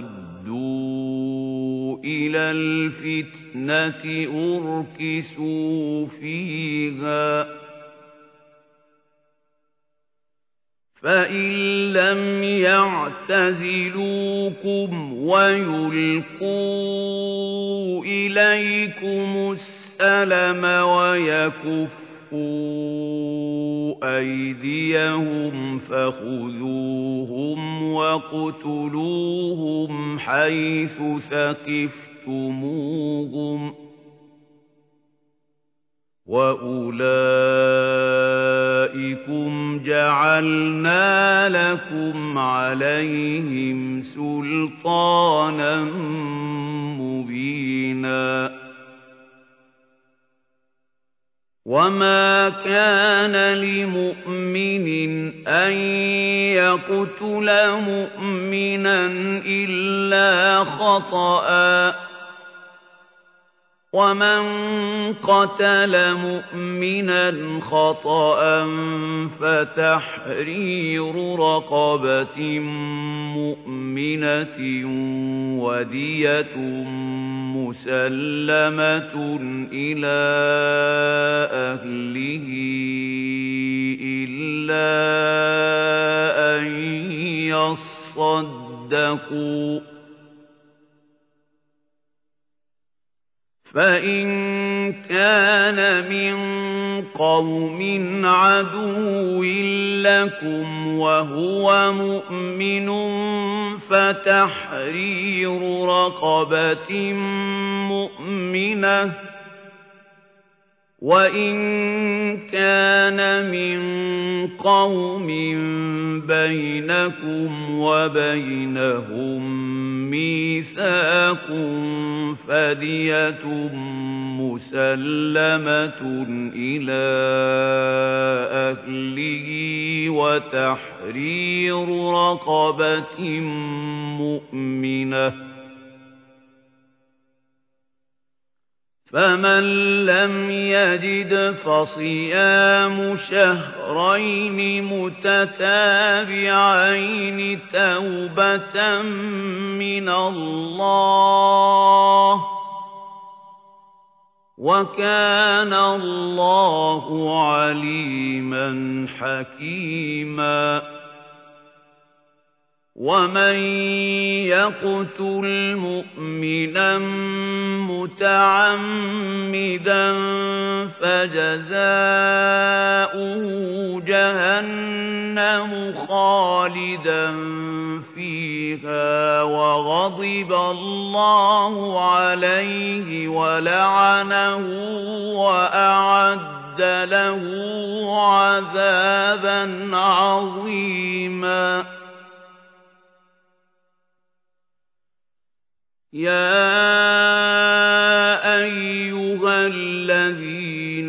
رُدُّوا إِلَى الْفِتْنَةِ أُرْكِسُوا فِيهَا فَإِن لَّمْ يَعْتَزِلُوكُمْ وَيُلْقُوا إِلَيْكُمُ السَّلَمَ وَيَكُفُّوا أَيْدِيَهُمْ فَخُذُوهُمْ وَاقْتُلُوهُمْ حَيْثُ ثَقِفْتُمُوهُمْ وَأُولَٰئِكُمْ جَعَلْنَا لَكُمْ عَلَيْهِمْ سُلْطَانًا مُّبِينًا وَمَا كَانَ لِمُؤْمِنٍ أَن يَقْتُلَ مُؤْمِنًا إِلَّا خَطَأً وَمَن قَتَلَ مُؤْمِنًا خَطَأً فَتَحْرِيرُ رَقَبَةٍ مُّؤْمِنَةٍ وَدِيَةٌ مُّسَلَّمَةٌ إِلَىٰ أَهْلِهِ إِلَّا أَن يَصَّدَّقُوا فَإِن كَانَ مِن قَوْمٍ عَدُوٍّ لَّكُمْ وَهُوَ مُؤْمِنٌ فَتَحْرِيرُ رَقَبَةٍ مُّؤْمِنَةٍ وَإِن كَانَ مِن قَوْمٍ بَيْنَكُمْ وَبَيْنَهُم مِّيثَاقٌ فَدِيَةٌ مُّسَلَّمَةٌ إِلَىٰ أَهْلِهِ وَتَحْرِيرُ رَقَبَةٍ مُّؤْمِنَةٍ فَمَن لَّمْ يَجِدْ فَصِيَامُ شَهْرَيْنِ مُتَتَابِعَيْنِ تَوْبَةً مِّنَ اللَّهِ ۗ وَكَانَ اللَّهُ عَلِيمًا حَكِيمًا وَمَن يَقْتُلْ مُؤْمِنًا مُّتَعَمِّدًا فَجَزَاؤُهُ جَهَنَّمُ خَالِدًا فِيهَا وَغَضِبَ اللَّهُ عَلَيْهِ وَلَعَنَهُ وَأَعَدَّ لَهُ عَذَابًا عَظِيمًا يَا أَيُّهَا الَّذِينَ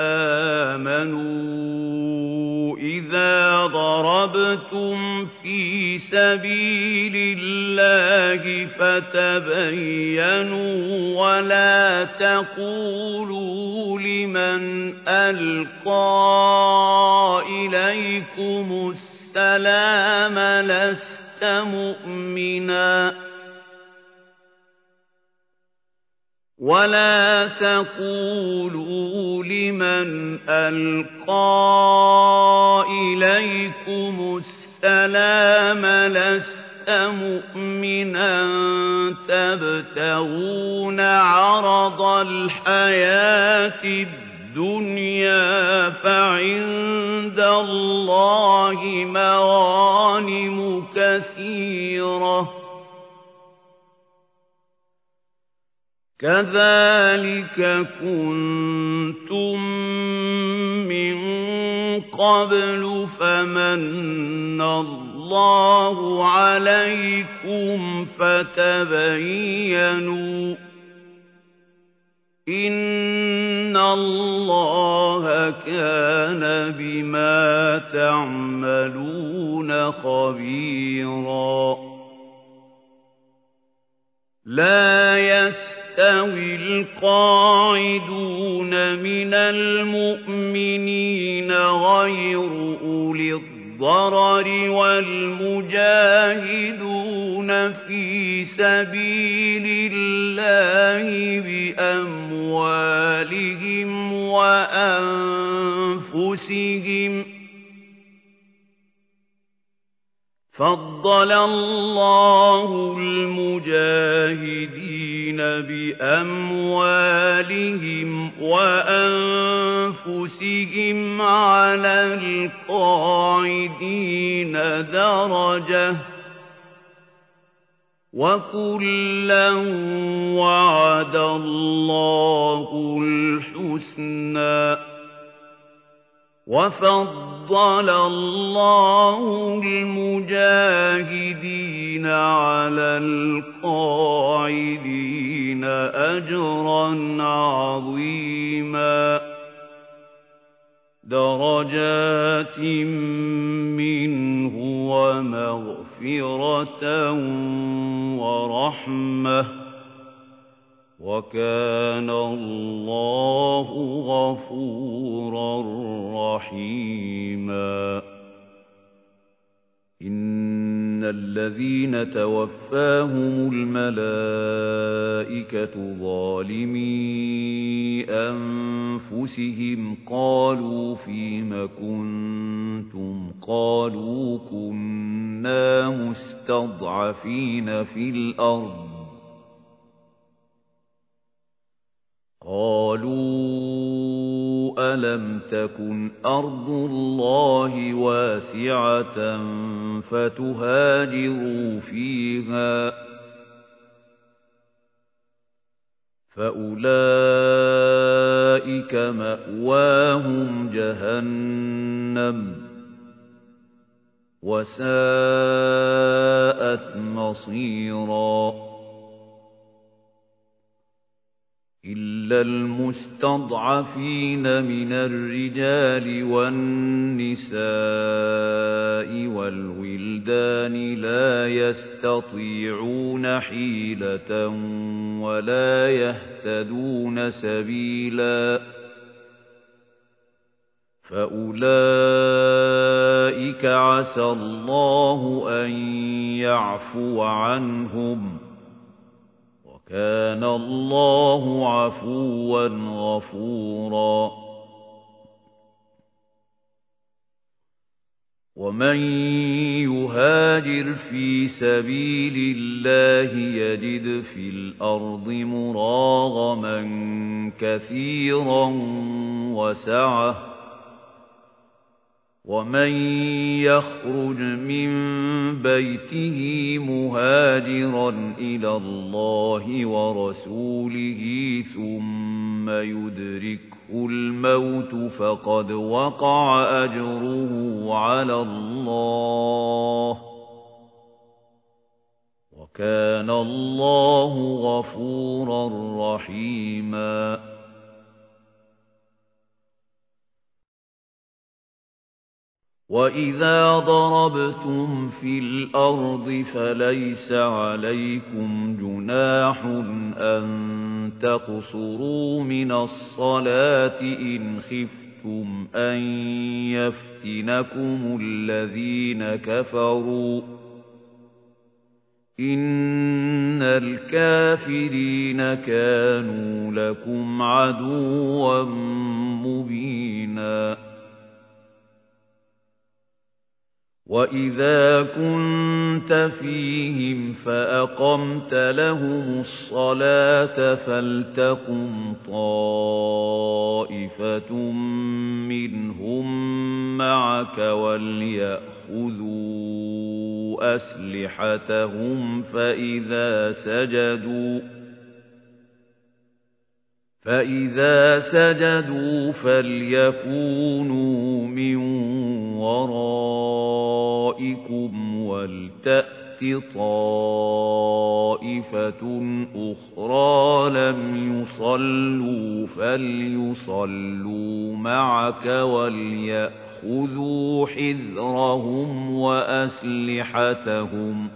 آمَنُوا إِذَا ضَرَبْتُمْ فِي سَبِيلِ اللَّهِ فَتَبَيَّنُوا وَلَا تَقُولُوا لِمَنْ أَلْقَىٰ إِلَيْكُمُ السَّلَامَ لَسْتَ مُؤْمِنًا وَلَا تَقُولُوا لِمَنْ أَلْقَىٰ إِلَيْكُمُ السَّلَامَ لَسْتَ مُؤْمِنًا تَبْتَغُونَ عَرَضَ الْحَيَاةِ الدُّنْيَا فَعِندَ اللَّهِ مَغَانِمُ كَثِيرَةٌ كَذَلِكَ كُنتُم مِّن قَبْلُ فَمَنَّ اللَّهُ عَلَيْكُمْ فَتَبَيَّنُوا إِنَّ اللَّهَ كَانَ بِمَا تَعْمَلُونَ خَبِيرًا لا يستوي القاعدون من المؤمنين غير أولي الضرر والمجاهدون في سبيل الله بأموالهم وأنفسهم فضل الله المجاهدين بأموالهم وأنفسهم على القاعدين درجة وكلا وعد الله الحسنى وفضل الله المجاهدين على القاعدين أجرا عظيما درجات منه ومغفرة ورحمة وَكَانَ اللَّهُ غَفُورًا رَّحِيمًا إِنَّ الَّذِينَ تَوَفَّاهُمُ الْمَلَائِكَةُ ظَالِمِي أَنفُسِهِمْ قَالُوا فِيمَ كُنتُمْ قَالُوا كُنَّا مُسْتَضْعَفِينَ فِي الْأَرْضِ قالوا ألم تكن أرض الله واسعة فتهاجروا فيها فأولئك مأواهم جهنم وساءت مصيرا إلا المستضعفين من الرجال والنساء والولدان لا يستطيعون حيلة ولا يهتدون سبيلا فأولئك عسى الله أن يعفو عنهم وَكَانَ اللَّهُ عَفُوًّا غَفُورًا وَمَن يُهَاجِرْ فِي سَبِيلِ اللَّهِ يَجِدْ فِي الْأَرْضِ مُرَاغَمًا كَثِيرًا وَسَعَةً وَمَن يَخْرُجْ مِن بَيْتِهِ مُهَاجِرًا إِلَى اللَّهِ وَرَسُولِهِ ثُمَّ يُدْرِكْهُ الْمَوْتُ فَقَدْ وَقَعَ أَجْرُهُ عَلَى اللَّهِ وَكَانَ اللَّهُ غَفُورًا رَّحِيمًا وَإِذَا ضَرَبْتُمْ فِي الْأَرْضِ فَلَيْسَ عَلَيْكُمْ جُنَاحٌ أَن تَقْصُرُوا مِنَ الصَّلَاةِ إِنْ خِفْتُمْ أَن يَفْتِنَكُمُ الَّذِينَ كَفَرُوا إِنَّ الْكَافِرِينَ كَانُوا لَكُمْ عَدُوًّا مُّبِينًا وَإِذَا كُنتَ فِيهِمْ فَأَقَمْتَ لَهُمُ الصَّلَاةَ فَلْتَقُمْ طَائِفَةٌ مِّنْهُم مَّعَكَ وَلْيَأْخُذُوا أَسْلِحَتَهُمْ فَإِذَا سَجَدُوا فَلْيَكُونُوا مِن وَرَائِكُمْ وَلْتَأْتِ طَائِفَةٌ أُخْرَىٰ لَمْ يُصَلُّوا فَلْيُصَلُّوا مَعَكَ وَلْيَأْخُذُوا حِذْرَهُمْ وَأَسْلِحَتَهُمْ ۗ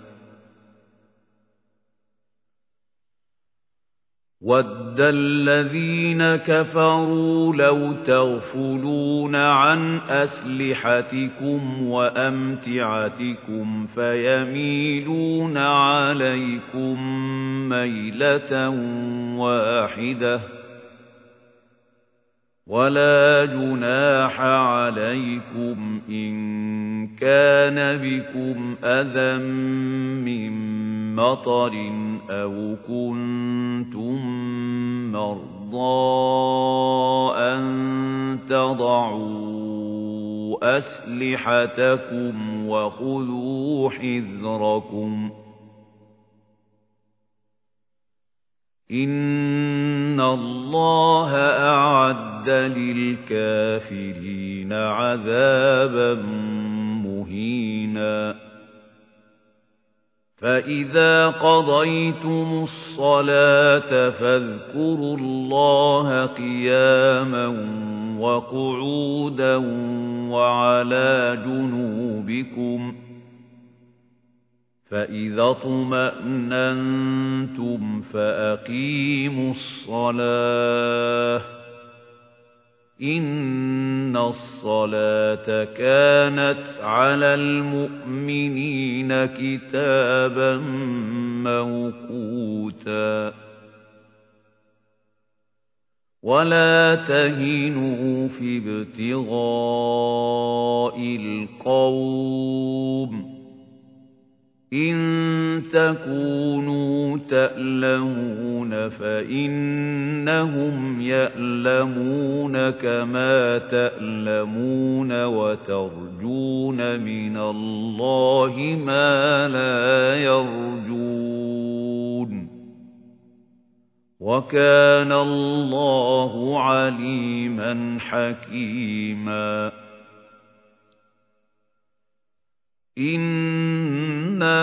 وَدَّ الَّذِينَ كَفَرُوا لَوْ تَغْفُلُونَ عَنْ أَسْلِحَتِكُمْ وَأَمْتِعَتِكُمْ فَيَمِيلُونَ عَلَيْكُمْ مَيْلَةً وَاحِدَةً وَلَا جُنَاحَ عَلَيْكُمْ إِن كَانَ بِكُمْ أَذًى مِّن مَّطَرٍ أَوْ كُنتُم مَّرْضَىٰ أَن تَضَعُوا أَسْلِحَتَكُمْ وَخُذُوا حِذْرَكُمْ إِنَّ اللَّهَ أَعَدَّ لِلْكَافِرِينَ عَذَابًا مُّهِينًا فَإِذَا قَضَيْتُمُ الصَّلَاةَ فَاذْكُرُوا اللَّهَ قِيَامًا وَقُعُودًا وَعَلَىٰ جُنُوبِكُمْ فَإِذَا اطْمَأْنَنتُمْ فَأَقِيمُوا الصَّلَاةَ إِنَّ الصَّلَاةَ كَانَتْ عَلَى الْمُؤْمِنِينَ كِتَابًا مَّوْقُوتًا وَلَا تَهِنُوا فِي ابْتِغَاءِ الْقَوْمِ إِن تَكُونُوا تَأْلَمُونَ فَإِنَّهُمْ يَأْلَمُونَ كَمَا تَأْلَمُونَ وَتَرْجُونَ مِنَ اللَّهِ مَا لَا يَرْجُونَ وَكَانَ اللَّهُ عَلِيمًا حَكِيمًا إِنَّا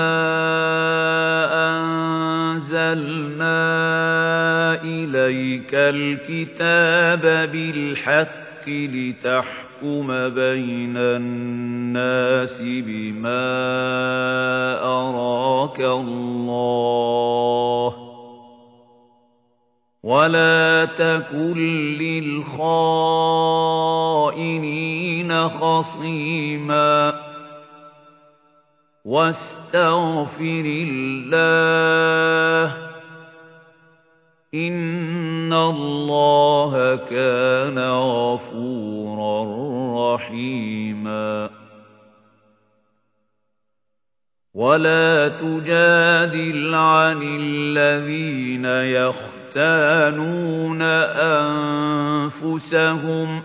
أَنزَلْنَا إِلَيْكَ الْكِتَابَ بِالْحَقِّ لِتَحْكُمَ بَيْنَ النَّاسِ بِمَا أَرَاكَ اللَّهُ وَلَا تَكُن لِّلْخَائِنِينَ خَصِيمًا وَاسْتَغْفِرِ اللَّهَ إِنَّ اللَّهَ كَانَ غَفُورًا رَّحِيمًا وَلَا تُجَادِلْ عَنِ الَّذِينَ يَخْتَانُونَ أَنفُسَهُمْ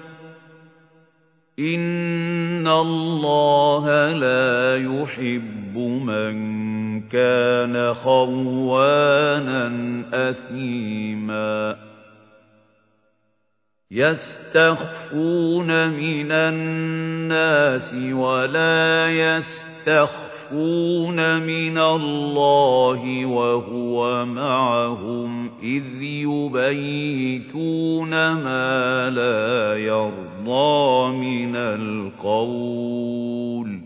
إِنَّ اللَّهَ لَا يُحِبُّ مَن كَانَ خَوَّانًا أَثِيمًا يَسْتَخْفُونَ مِنَ النَّاسِ وَلَا يَسْتَخْفُونَ مِنَ اللَّهِ وَهُوَ مَعَهُمْ إِذْ يُبَيِّتُونَ مَا لَا يَرْضَىٰ مِنَ الْقَوْلِ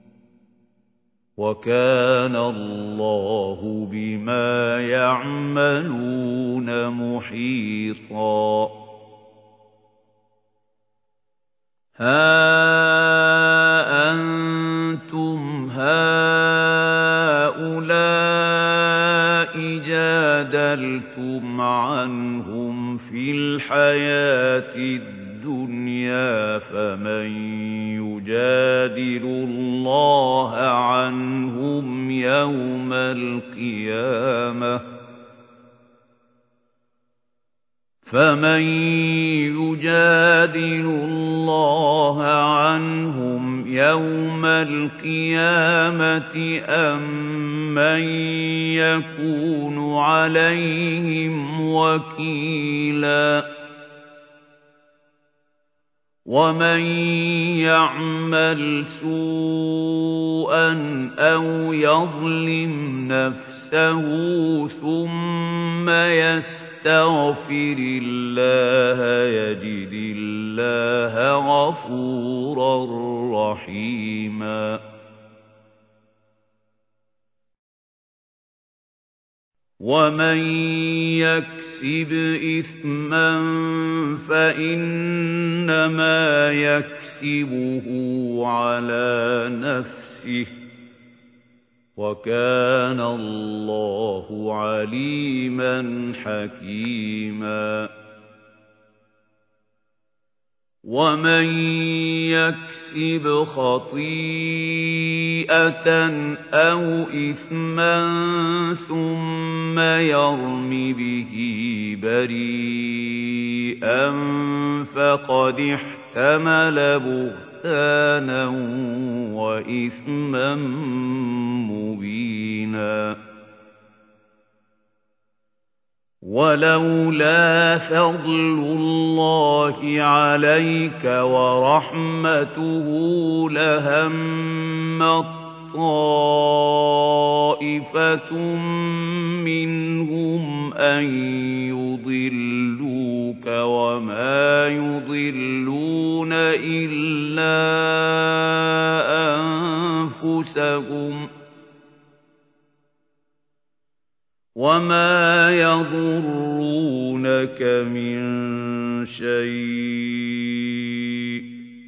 وَكَانَ اللَّهُ بِمَا يَعْمَلُونَ مُحِيطًا هَا أَنتُمْ هَٰؤُلَاءِ جَادَلْتُمْ عَنْهُمْ فِي الْحَيَاةِ الدُّنْيَا فَمَن يُجَادِلُ اللَّهَ عَنْهُمْ يَوْمَ الْقِيَامَةِ أَم مَّن يَكُونُ عَلَيْهِمْ وَكِيلًا وَمَن يَعْمَلْ سُوءًا أَوْ يَظْلِمْ نَفْسَهُ ثُمَّ يَسْتَغْفِرِ اللَّهَ يَجِدِ اللَّهَ غَفُورًا رَّحِيمًا وَمَن يَكْسِبْ إِثْمًا فَإِنَّمَا يَكْسِبُهُ عَلَى نَفْسِهِ وَكَانَ اللَّهُ عَلِيمًا حَكِيمًا وَمَن يَكْسِبْ خَطِيئَةً أَوْ إِثْمًا ثُمَّ يَرْمِ بِهِ بَرِيئًا فَقَدِ احْتَمَلَ بُهْتَانًا وَإِثْمًا مُّبِينًا وَلَوْلَا فَضْلُ اللَّهِ عَلَيْكَ وَرَحْمَتُهُ لَهَمَّت طَّائِفَةٌ مِّنْهُمْ أَن يُضِلُّوكَ وَمَا يُضِلُّونَ إِلَّا أَنفُسَهُمْ وَمَا يَضُرُّونَكَ مِن شَيْءٍ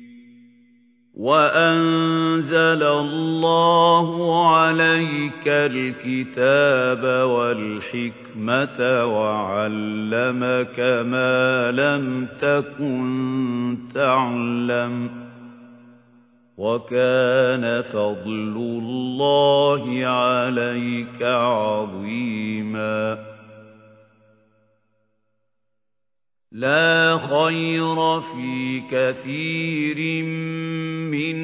وَأَنزَلَ اللَّهُ عَلَيْكَ الْكِتَابَ وَالْحِكْمَةَ وَعَلَّمَكَ مَا لَمْ تَكُن تَعْلَمُ وَكَانَ فَضْلُ اللَّهِ عَلَيْكَ عَظِيمًا لَا خَيْرَ فِي كَثِيرٍ مِّن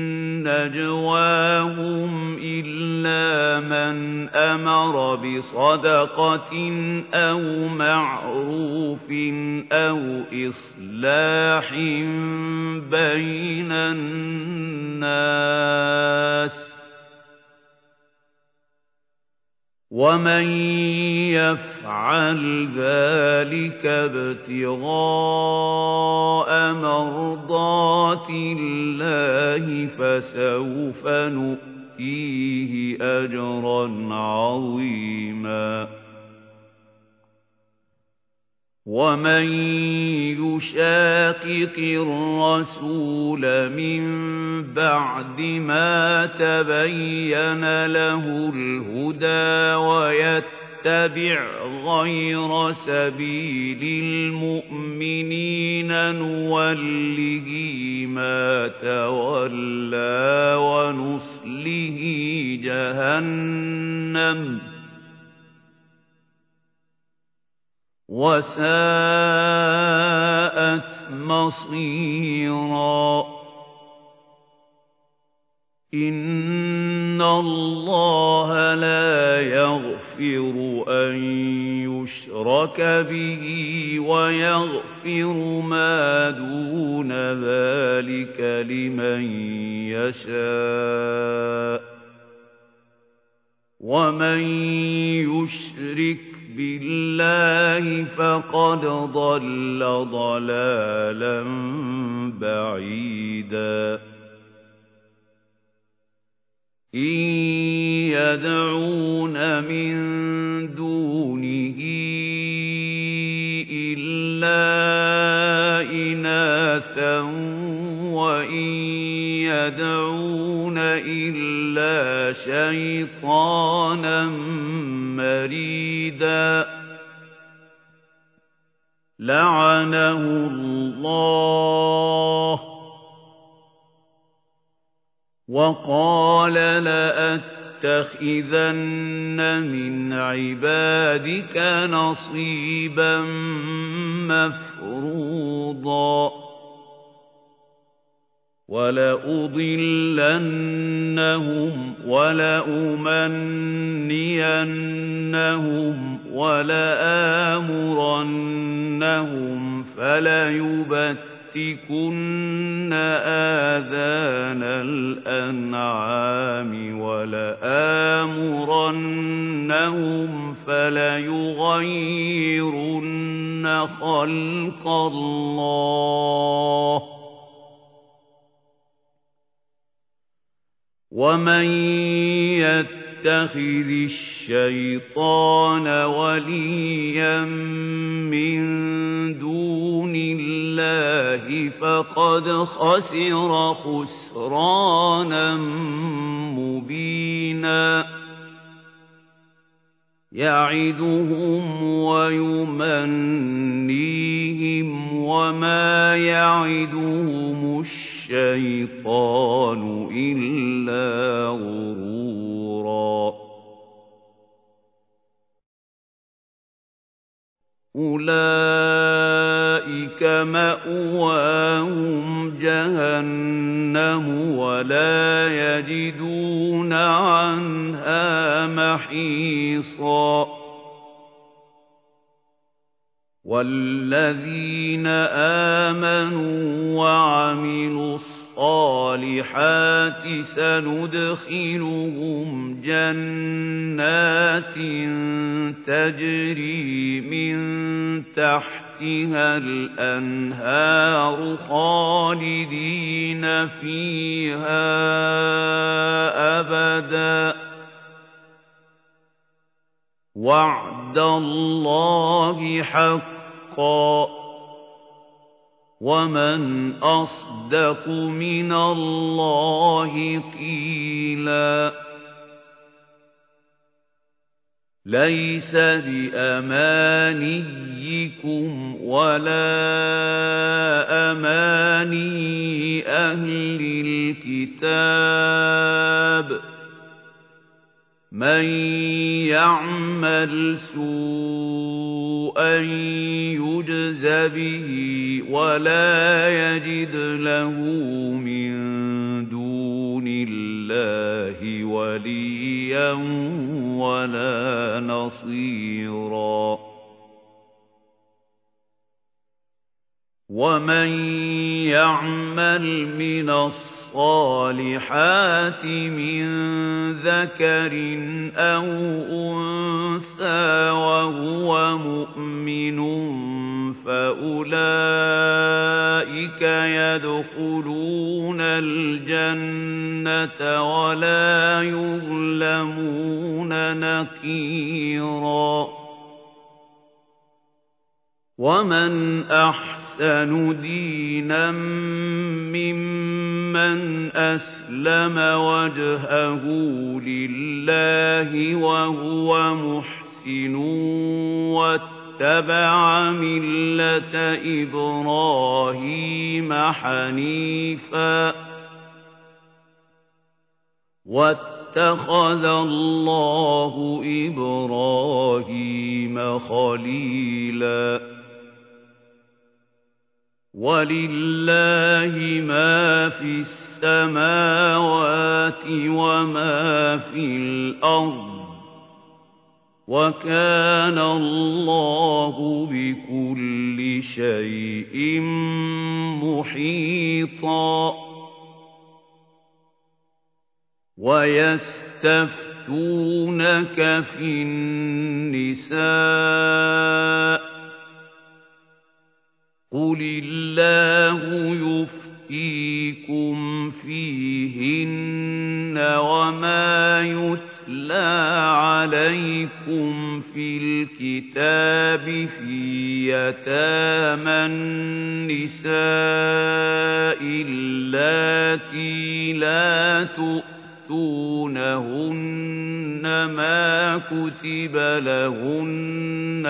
نَّجْوَاهُمْ إِلَّا مَنْ أَمَرَ بِصَدَقَةٍ أَوْ مَعْرُوفٍ أَوْ إِصْلَاحٍ بَيْنَ النَّاسِ وَمَن يَفْعَلْ ذَلِكَ ابْتِغَاءَ مَرْضَاتِ اللَّهِ فَسَوْفَ نُؤْتِيهِ أَجْرًا عَظِيمًا وَمَن يُشَاقِقِ الرَّسُولَ مِن بَعْدِ مَا تَبَيَّنَ لَهُ الْهُدَىٰ وَيَتَّبِعْ غَيْرَ سَبِيلِ الْمُؤْمِنِينَ نُوَلِّهِ مَا تَوَلَّىٰ وَنُصْلِهِ جَهَنَّمَ وَسَاءَتْ مَصِيرًا إِنَّ اللَّهَ لَا يَغْفِرُ أَن يُشْرَكَ بِهِ وَيَغْفِرُ مَا دُونَ ذَلِكَ لِمَن يَشَاءُ وَمَن يُشْرِكْ بِاللَّهِ فَقَدْ ضَلَّ ضَلَالًا بَعِيدًا إِن يَدْعُونَ مِن دُونِهِ إِلَّا إِنَاثًا وَإِن يَدْعُونَ إِلَّا شَيْطَانًا مَّرِيدًا لعنه الله وقال لأتخذن من عبادك نصيبا مفروضا ولأضلنهم ولأمنينهم ولآمرنهم فليبتكن آذان الأنعام ولآمرنهم فليغيرن خلق الله ومن يتخذ الشيطان وليا من دون الله فقد خسر خسرانا مبينا يعدهم ويمنيهم وما يعدهم الشيطان إلا غرورا أولئك مأواهم جهنم ولا يجدون عنها محيصا والذين آمنوا وعملوا الصالحات سندخلهم جنات تجري من تحتها الأنهار خالدين فيها أبدا وعد الله حقا ومن أصدق من الله قيلا ليس بأمانيكم ولا أماني أهل الكتاب من يعمل سوءا يجز به ولا يجد له من دون الله وليا ولا نصيرا ومن يعمل من الصالحات من ذكر أو أنثى وهو مؤمن فأولئك يدخلون الجنة ولا يظلمون نقيرا ومن أحسن دينا ممن أسلم وجهه لله وهو محسن واتبع ملة إبراهيم حنيفا واتخذ الله إبراهيم خليلا ولله ما في السماوات وما في الأرض وكان الله بكل شيء محيطا ويستفتونك في النساء قل الله يفتيكم فيهن وما يتلى عليكم في الكتاب في يتامى النساء اللاتي لا تؤتونهن ما كتب لهن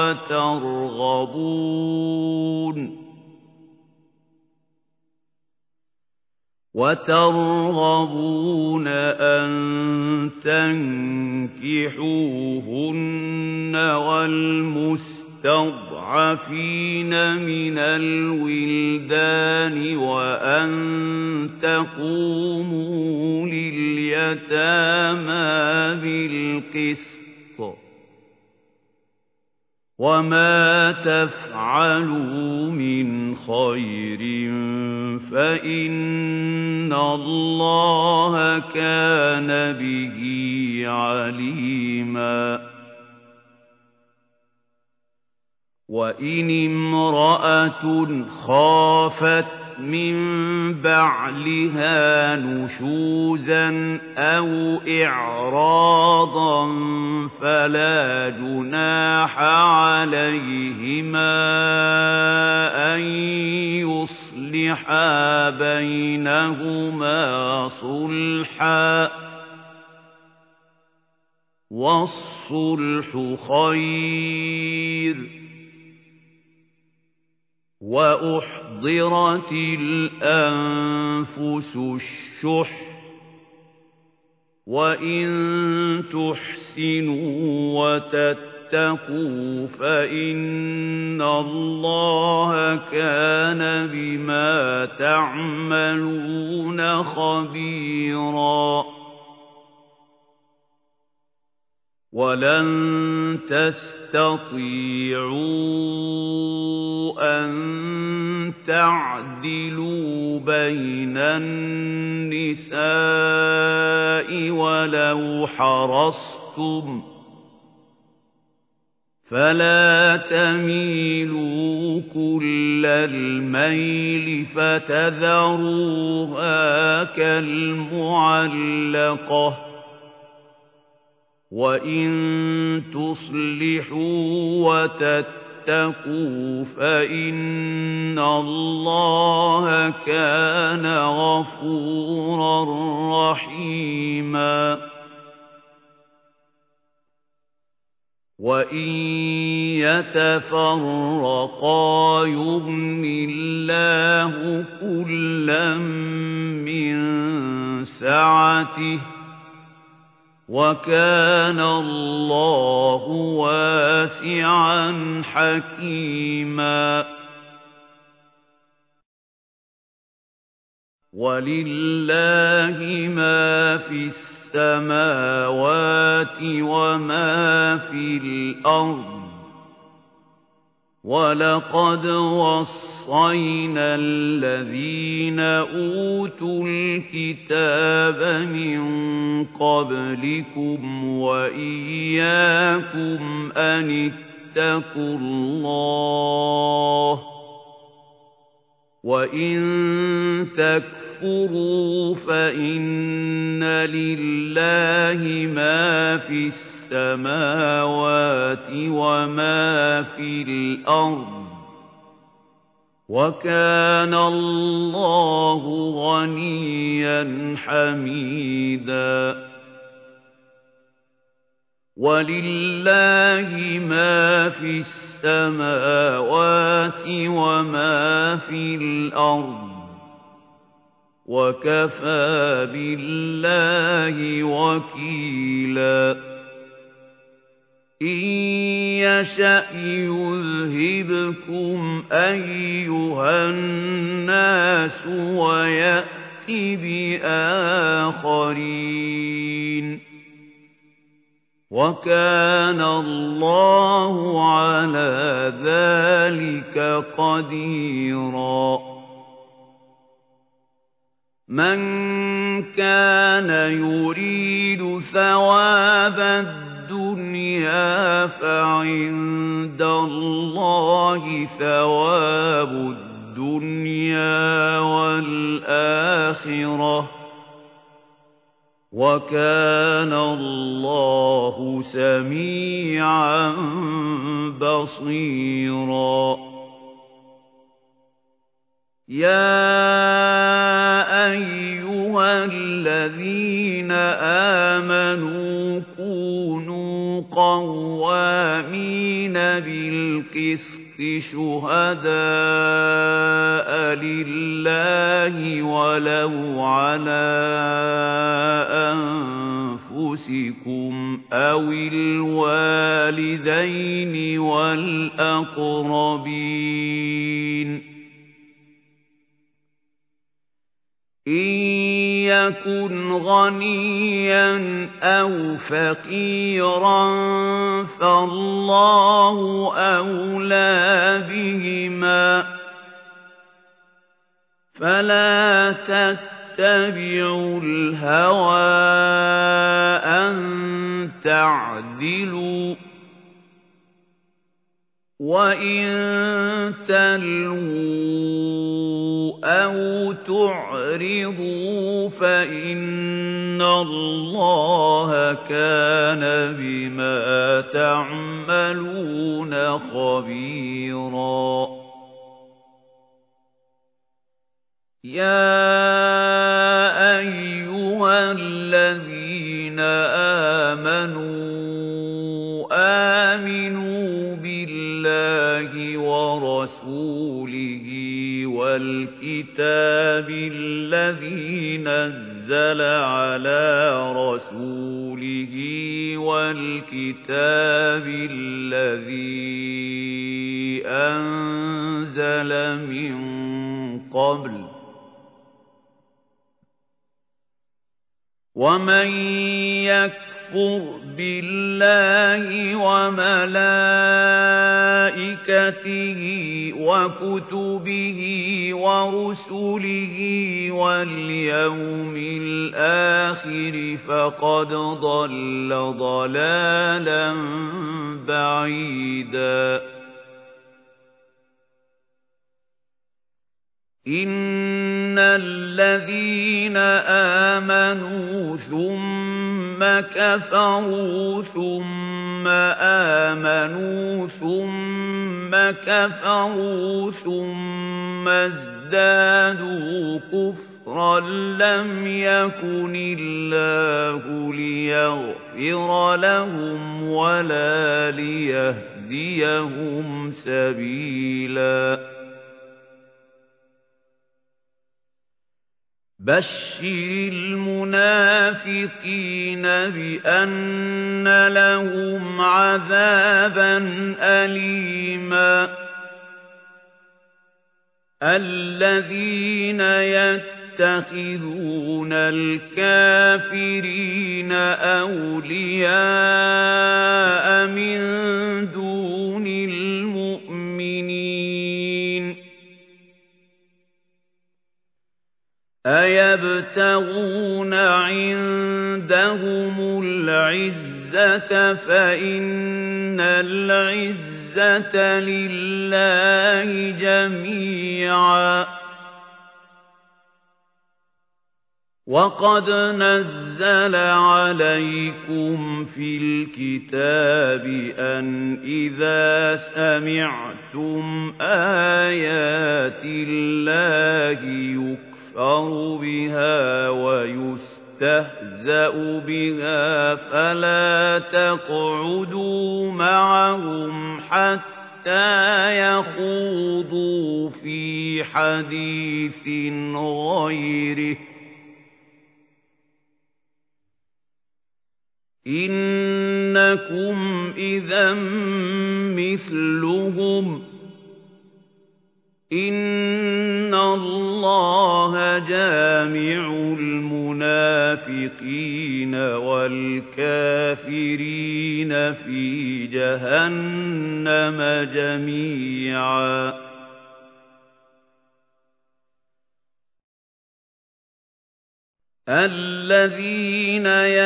وترغبون أن تنكحوهن والمستضعفين من الولدان وأن تقوموا لليتامى بالقسط وما تفعلوا من خير فإن الله كان به عليما وإن امرأة خافت من بعلها نشوزا أو إعراضا فلا جناح عليهما أن يصلحا بينهما صلحا والصلح خير وأحضرت الأنفس الشح وإن تحسنوا وتتقوا فإن الله كان بما تعملون خبيرا ولن تستطيعوا أن تعدلوا بين النساء ولو حرصتم فلا تميلوا كل الميل فتذروها كالمعلقة وإن تصلحوا وتتقوا فإن الله كان غفورا رحيما وإن يتفرقا يغن الله كلا من سعته وكان الله واسعا حكيما ولله ما في السماوات وما في الأرض ولقد وصينا الذين أوتوا الكتاب من قبلكم وإياكم أن اتقوا الله وإن تكفروا فإن لله ما في السماوات وما في الأرض وكان الله غنيا حميدا ولله ما في السماوات وما في الأرض وكفى بالله وكيلا إن يشأ يذهبكم أيها الناس ويأت بآخرين وكان الله على ذلك قديرا من كان يريد ثواب الدنيا فعند الله ثواب الدنيا والآخرة وكان الله سميعا بصيرا يا أيها الذين آمنوا قوامين بالقسط شهداء لله ولو على أنفسكم أو الوالدين والأقربين إن يكن غنيا أو فقيرا فالله أولى بهما فلا تتبعوا الهوى أن تعدلوا وإن تلووا أو تعرضوا فإن الله كان بما تعملون خبيرا يا أيها الذين آمنوا بالله ورسوله والكتاب الذي نزل على رسوله والكتاب الذي أنزل من قبل ومن يكفر بالله وملائكته وكتبه ورسله واليوم الآخر فقد ضل ضلالا بعيدا إن الذين آمنوا ثم كفروا ثم آمنوا ثم كفروا ثم ازدادوا كفرا لم يكن الله ليغفر لهم ولا ليهديهم سبيلا بشر المنافقين بأن لهم عذابا أليما الذين يتخذون الكافرين أولياء من دون المؤمنين أيبتغون عندهم العزة فإن العزة لله جميعا وقد نزل عليكم في الكتاب أن إذا سمعتم آيات الله يكفر بها ويستهزأ بها فلا تقعدوا معهم حتى يخوضوا في حديث غيره إنكم إذا مثلهم إن الله جامع المنافقين والكافرين في جهنم جميعا الذين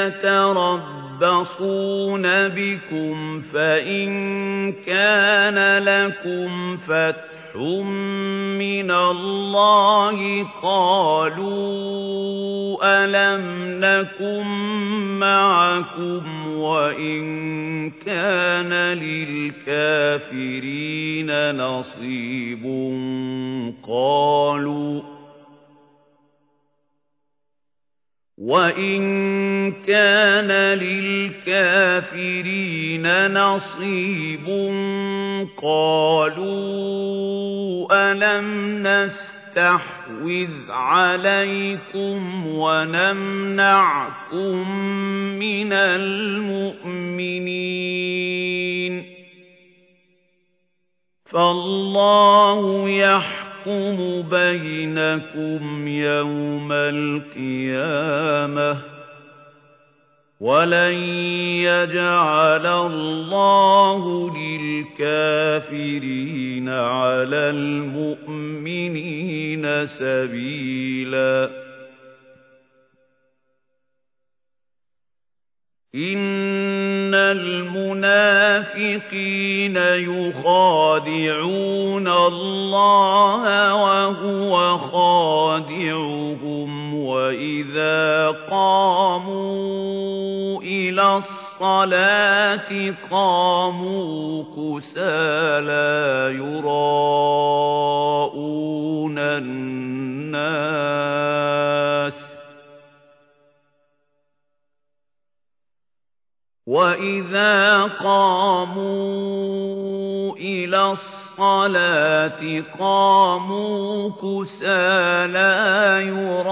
يتربصون بكم فإن كان لكم فتح من الله قالوا ألم نكن معكم وإن كان للكافرين نصيب وَإِن كَانَ لِلْكَافِرِينَ نَصِيبٌ قَالُوا أَلَمْ نَسْتَحْوِذْ عَلَيْكُمْ وَنَمْنَعْكُم مِّنَ الْمُؤْمِنِينَ فَاللَّهُ يَحْكُمُ بَيْنَكُمْ يَوْمَ الْقِيَامَةِ وَلَن يَجْعَلَ اللَّهُ لِلْكَافِرِينَ عَلَى الْمُؤْمِنِينَ سَبِيلًا إِنَّ الْمُنَافِقِينَ يُخَادِعُونَ اللَّهَ وَهُوَ خَادِعُهُمْ وَإِذَا قَامُوا إِلَى الصَّلَاةِ قَامُوا كُسَالَىٰ يُرَاءُونَ النَّاسَ وَإِذَا قَامُوا إِلَى الصَّلَاةِ قَامُوا كُسَالَىٰ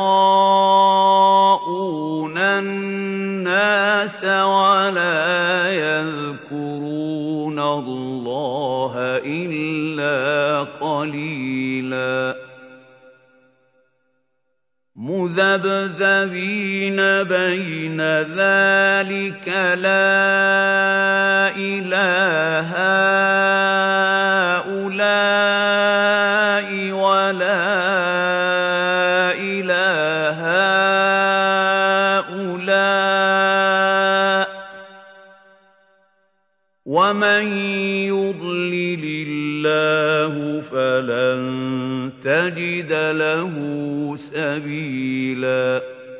يُرَاءُونَ النَّاسَ وَلَا يَذْكُرُونَ اللَّهَ إِلَّا قَلِيلًا مُذَبْذَبِينَ بَيْنَ ذَٰلِكَ لَا إِلَىٰ هَٰؤُلَاءِ وَلَا إِلَىٰ هَٰؤُلَاءِ ۚ وَمَن يُضْلِلِ اللَّهُ فَلَن تَجِدَ لَهُ سَبِيلًا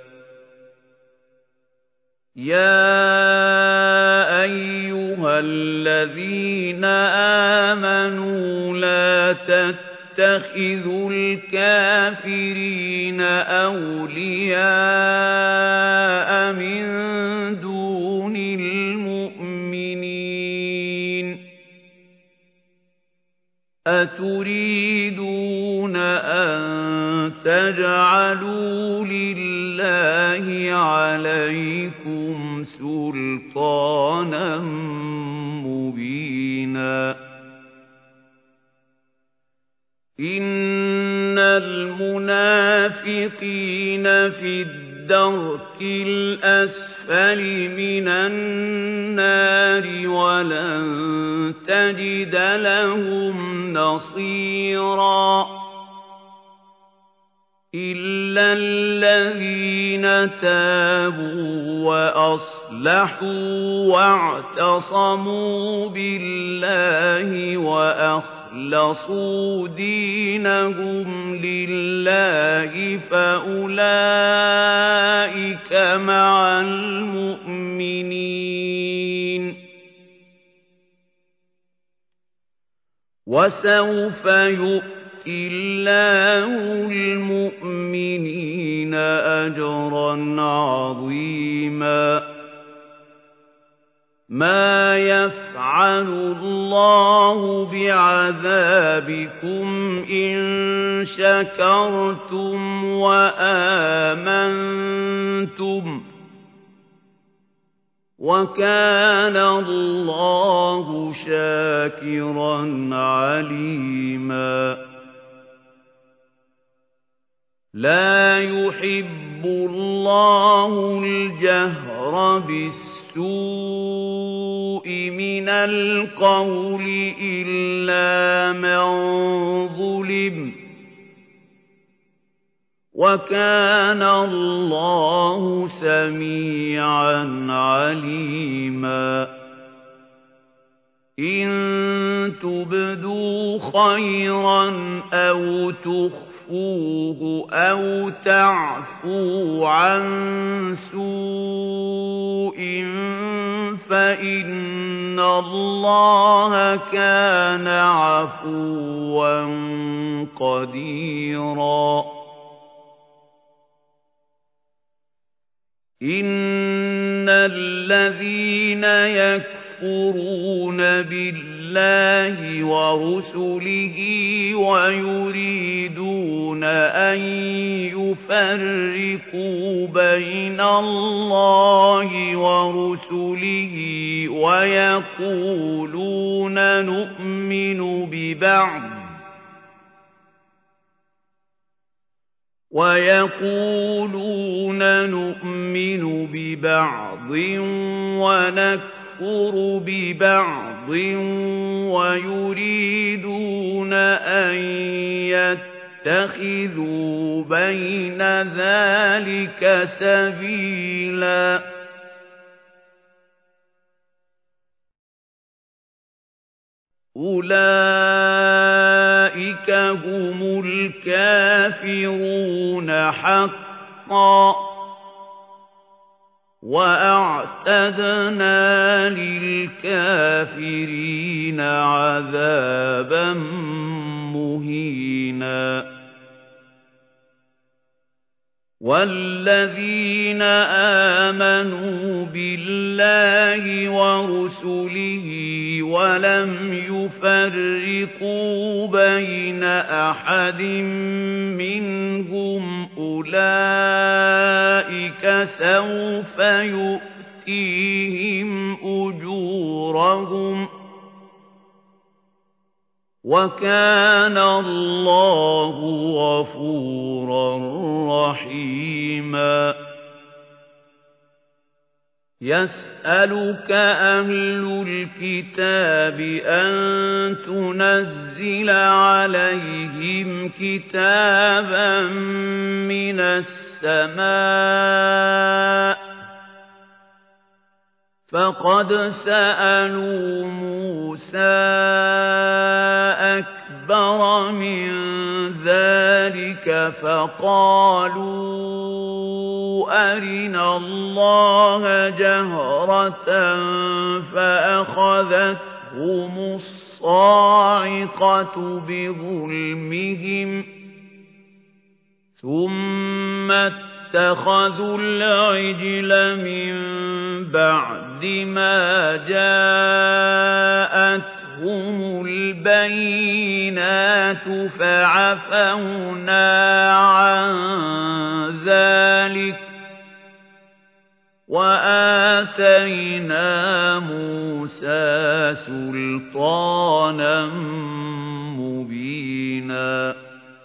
يَا أَيُّهَا الَّذِينَ آمَنُوا لَا تَتَّخِذُوا الْكَافِرِينَ أَوْلِيَاءَ مِن دُونِ الْمُؤْمِنِينَ أَتُرِيدُونَ أَن تَجْعَلُوا لِلَّهِ عَلَيْكُمْ سُلْطَانًا مُّبِينًا إِنَّ الْمُنَافِقِينَ فِي الدَّرْكِ الْأَسْفَلِ مِنَ النَّارِ وَلَن تَجِدَ لَهُمْ نَصِيرًا إِلَّا الَّذِينَ تَابُوا وَأَصْلَحُوا وَاعْتَصَمُوا بِاللَّهِ وَأَخْلَصُوا دِينَهُمْ لِلَّهِ فَأُولَٰئِكَ مَعَ الْمُؤْمِنِينَ وَسَوْفَ يُؤْتِ اللَّهُ الْمُؤْمِنِينَ أَجْرًا عَظِيمًا مَا يَفْعَلُ اللَّهُ بِعَذَابِكُمْ إِن شَكَرْتُمْ وَآمَنتُمْ ۚ وَكَانَ اللَّهُ شَاكِرًا عَلِيمًا لَا يُحِبُّ اللَّهُ الْجَهْرَ بِالسُّوءِ مِنَ الْقَوْلِ إِلَّا مَن ظُلِمَ ۚ وَكَانَ اللَّهُ سَمِيعًا عَلِيمًا إِن تُبْدُوا خَيْرًا أَوْ تُخْفُوهُ أَوْ تَعْفُوا عَن سُوءٍ فَإِنَّ اللَّهَ كَانَ عَفُوًّا قَدِيرًا إِنَّ الَّذِينَ يَكْفُرُونَ بِاللَّهِ وَرُسُلِهِ وَيُرِيدُونَ أَن يُفَرِّقُوا بَيْنَ اللَّهِ وَرُسُلِهِ وَيَقُولُونَ نُؤْمِنُ بِبَعْضٍ وَنَكْفُرُ بِبَعْضٍ وَيُرِيدُونَ أَن يَتَّخِذُوا بَيْنَ ذَلِكَ سَبِيلًا أُولَئِكَ هُمُ الْكَافِرُونَ حَقًّا ۚ وَأَعْتَدْنَا لِلْكَافِرِينَ عَذَابًا مُّهِينًا وَالَّذِينَ آمَنُوا بِاللَّهِ وَرُسُلِهِ وَلَمْ يُفَرِّقُوا بَيْنَ أَحَدٍ مِّنْهُمْ أُولَٰئِكَ سَوْفَ يُؤْتِيهِمْ أُجُورَهُمْ ۗ وَكَانَ اللَّهُ غَفُورًا رَّحِيمًا يَسْأَلُكَ أَهْلُ الْكِتَابِ أَن تُنَزِّلَ عَلَيْهِمْ كِتَابًا مِّنَ السَّمَاءِ ۚ فَقَدْ سَأَلُوا مُوسَىٰ أَكْبَرَ مِن ذَٰلِكَ فَقَالُوا أَرِنَا اللَّهَ جَهْرَةً فَأَخَذَتْهُمُ الصَّاعِقَةُ بِظُلْمِهِمْ ثُمَّ اتَّخَذُوا الْعِجْلَ مِن بَعْدِ مَا جَاءَتْهُمُ الْبَيِّنَاتُ فَعَفَوْنَا عَن ذَٰلِكَ وَآتَيْنَا مُوسَىٰ سُلْطَانًا مُّبِينًا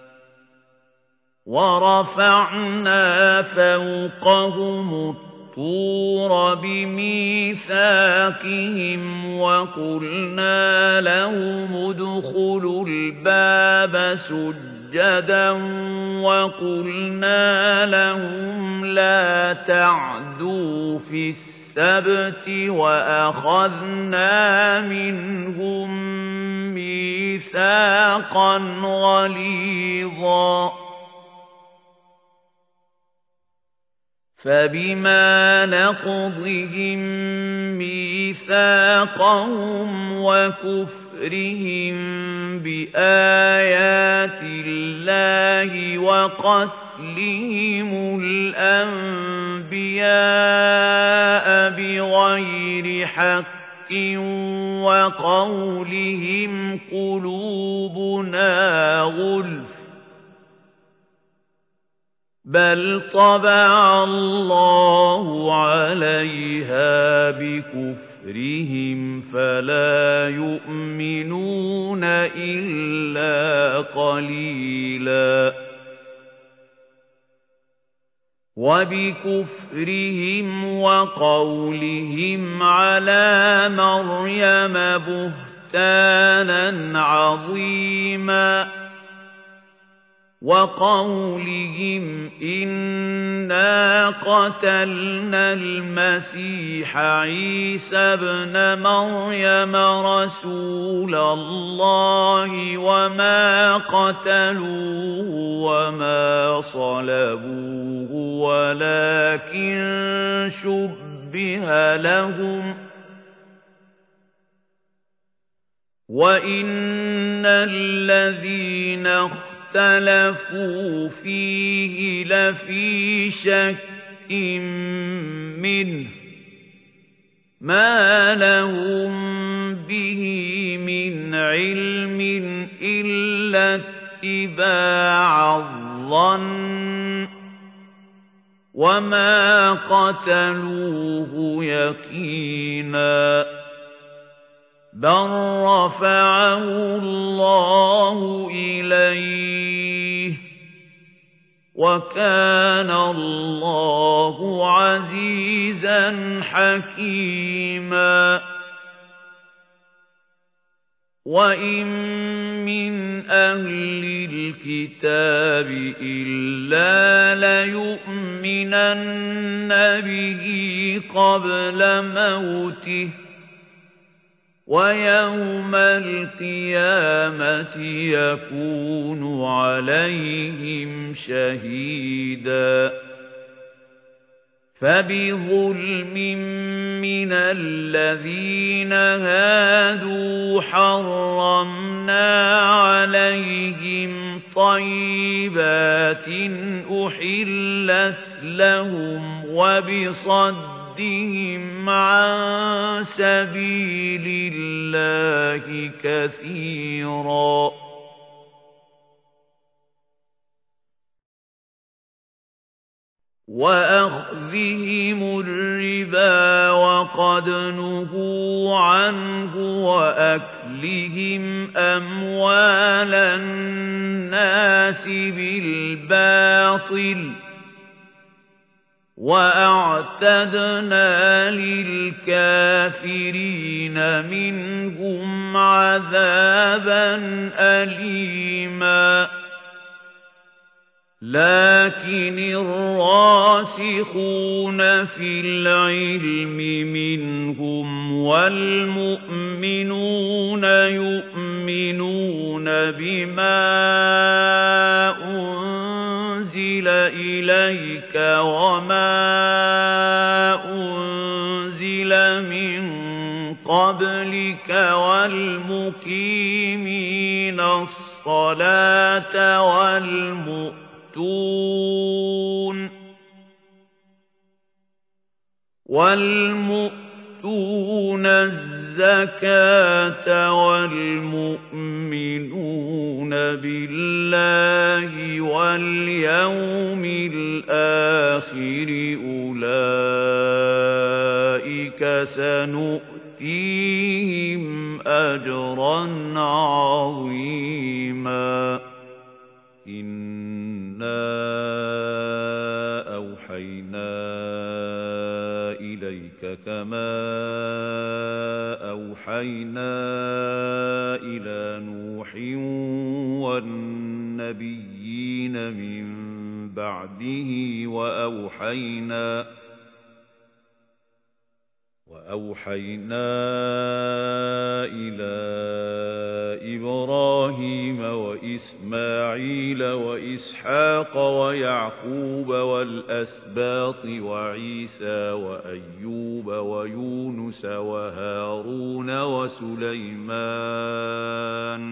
وَرَفَعْنَا فَوْقَهُمُ الطُّورَ بِمِيثَاقِهِمْ وَقُلْنَا لَهُمُ ادْخُلُوا الْبَابَ سُجَّدًا وَقُلْنَا لَهُمْ لَا تَعْدُوا فِي السَّبْتِ وَأَخَذْنَا مِنْهُم مِّيثَاقًا غَلِيظًا فَبِمَا نَقْضِهِم مِّيثَاقَهُمْ وَكُفْرِهِم بِآيَاتِ اللَّهِ وَقَتْلِهِمُ الْأَنبِيَاءَ بِغَيْرِ حَقٍّ وَقَوْلِهِمْ قُلُوبُنَا غُلْفٌ بَلْ طَبَعَ اللَّهُ عَلَيْهَا بِكُفْرِهِمْ فَلَا يُؤْمِنُونَ إِلَّا قَلِيلًا وَبِكُفْرِهِمْ وَقَوْلِهِمْ عَلَىٰ مَرْيَمَ بُهْتَانًا عَظِيمًا وَقَوْلِهِمْ إِنَّا قَتَلْنَا الْمَسِيحَ عِيسَى ابْنَ مَرْيَمَ رَسُولَ اللَّهِ وَمَا قَتَلُوهُ وَمَا صَلَبُوهُ وَلَٰكِن شُبِّهَ لَهُمْ ۚ وَإِنَّ الَّذِينَ اخْتَلَفُوا فِيهِ لَفِي شَكٍّ شيء منه ما لهم به من علم إلا اتباع الظن وما قتلوه يقينا بل رفعه الله إليه وكان الله عزيزا حكيما وإن من أهل الكتاب إلا ليؤمنن به قبل موته ويوم القيامة يكون عليهم شهيدا فبظلم من الذين هادوا حرمنا عليهم طيبات أحلت لهم وبصدهم عن سبيل الله كثيرا وأخذهم الربا وقد نهوا عنه وأكلهم أموال الناس بالباطل وأعتدنا للكافرين منهم عذابا أليما لكن الراسخون في العلم منهم والمؤمنون يؤمنون بما أنزل إليك وما أنزل من قبلك والمقيمين الصلاة والمؤتون الزكاة والمؤمنون بالله واليوم الآخر أولئك سنؤتيهم أجرا عظيما إنا أوحينا إليك كما أوحينا إلى نوح والنبيين من بعده وأوحينا إلى إبراهيم وإسماعيل وإسحاق ويعقوب والأسباط وعيسى وأيوب ويونس وهارون وسليمان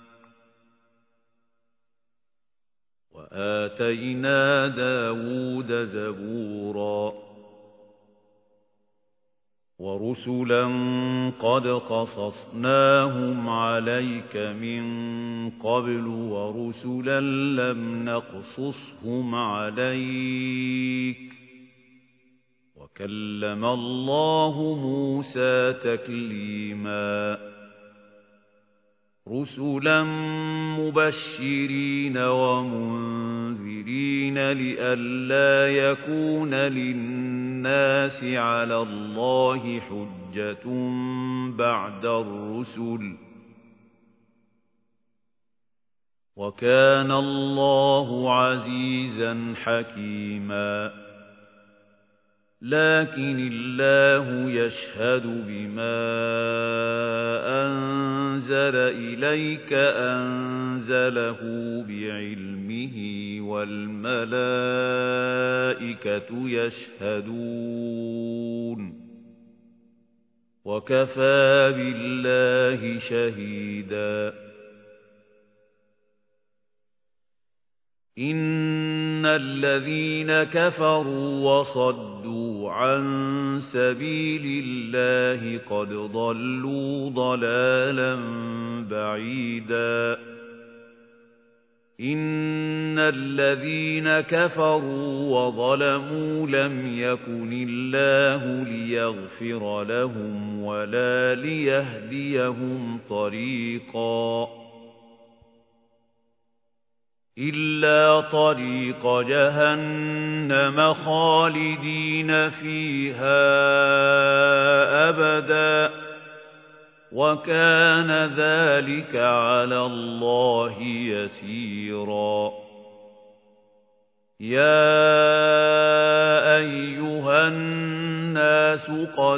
وآتينا داود زبورا ورسلا قد قصصناهم عليك من قبل ورسلا لم نقصصهم عليك وكلم الله موسى تكليما رسلا مبشرين ومنذرين لئلا يكون للناس على الله حجة بعد الرسل وكان الله عزيزا حكيما لكن الله يشهد بما أنزل إليك أنزله بعلمه والملائكة يشهدون وكفى بالله شهيدا إن إن الذين كفروا وصدوا عن سبيل الله قد ضلوا ضلالا بعيدا إن الذين كفروا وظلموا لم يكن الله ليغفر لهم ولا ليهديهم طريقا إلا طريق جهنم خالدين فيها أبدا وكان ذلك على الله يسيرا يا أيها الناس قد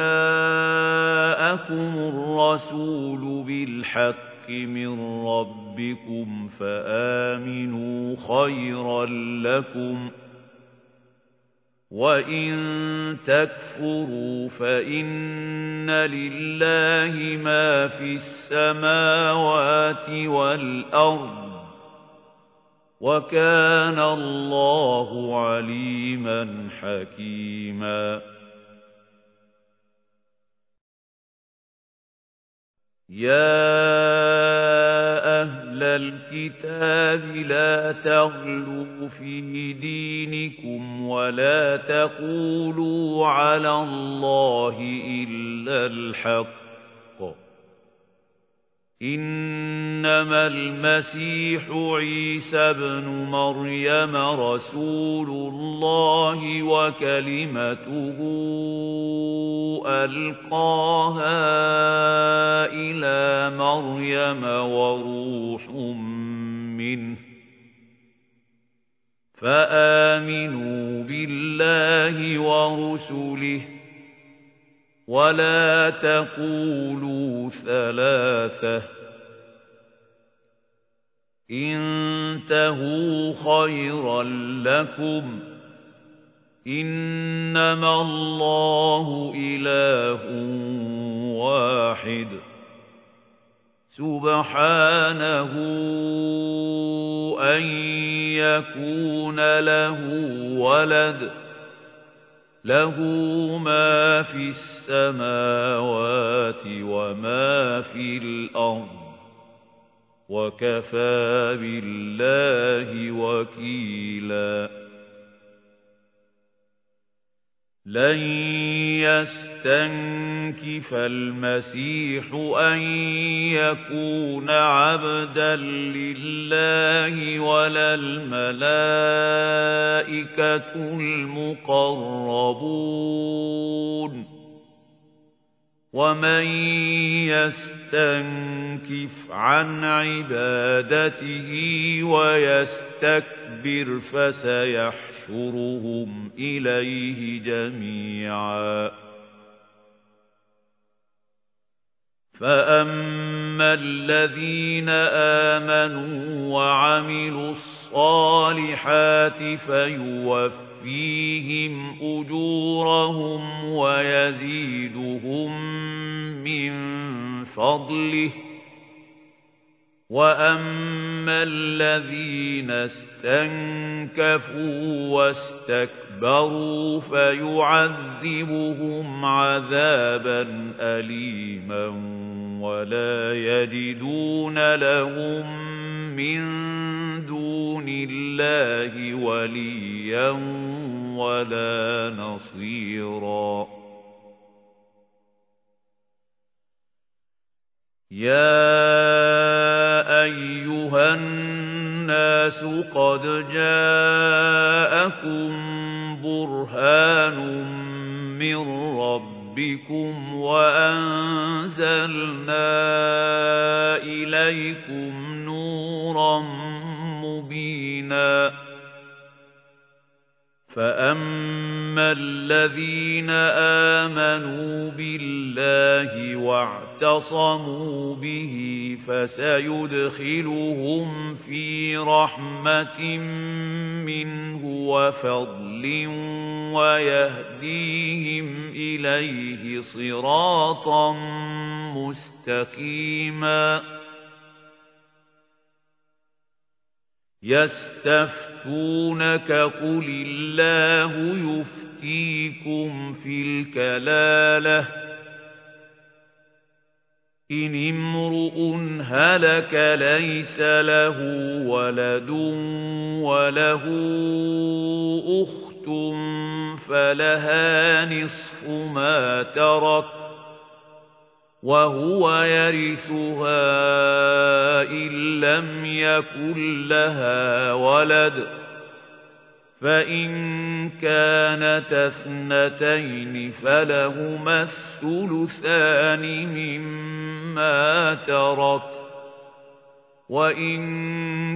جاءكم الرسول بالحق من ربكم فآمنوا خيرا لكم وإن تكفروا فإن لله ما في السماوات والأرض وكان الله عليما حكيما يا أهل الكتاب لا تغلوا في دينكم ولا تقولوا على الله إلا الحق إنما المسيح عيسى بن مريم رسول الله وكلمته ألقاها إلى مريم وروح منه فآمنوا بالله ورسله ولا تقولوا ثلاثة انتهوا خيرا لكم إنما الله إله واحد سبحانه أن يكون له ولد له ما في السماوات وما في الأرض وكفى بالله وكيلا لن يستنكف المسيح أن يكون عبدا لله ولا الملائكة المقربون ومن يستنكف عن عبادته ويستكبر فسيحشرهم إليه جميعا فأما الذين آمنوا وعملوا الصالحات فيوفيهم أجورهم ويزيدهم من فضله وأما الذين استنكفوا واستكبروا فيعذبهم عذابا أليما ولا يجدون لهم من دون الله وليا ولا نصيرا يا أيها الناس قد جاءكم برهان من ربكم وأنزلنا إليكم نورا مبينا فأما الذين آمنوا بالله واعتصموا به فسيدخلهم في رحمة منه وفضل ويهديهم إليه صراطا مستقيما يستفتونك قل الله يفتيكم في الكلالة إن امرؤ هلك ليس له ولد وله أخت فلها نصف ما ترك وهو يرثها إن لم يكن لها ولد فإن كانتا اثنتين فلهما الثلثان مما ترك وإن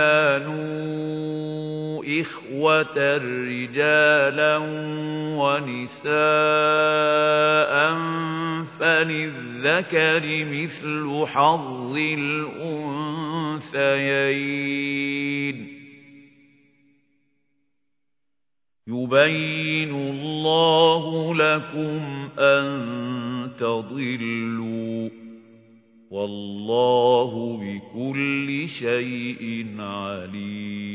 كانوا إخوة رجالا ونساء فللذكر مثل حظ الأنثيين يبين الله لكم أن تضلوا والله بكل شيء عليم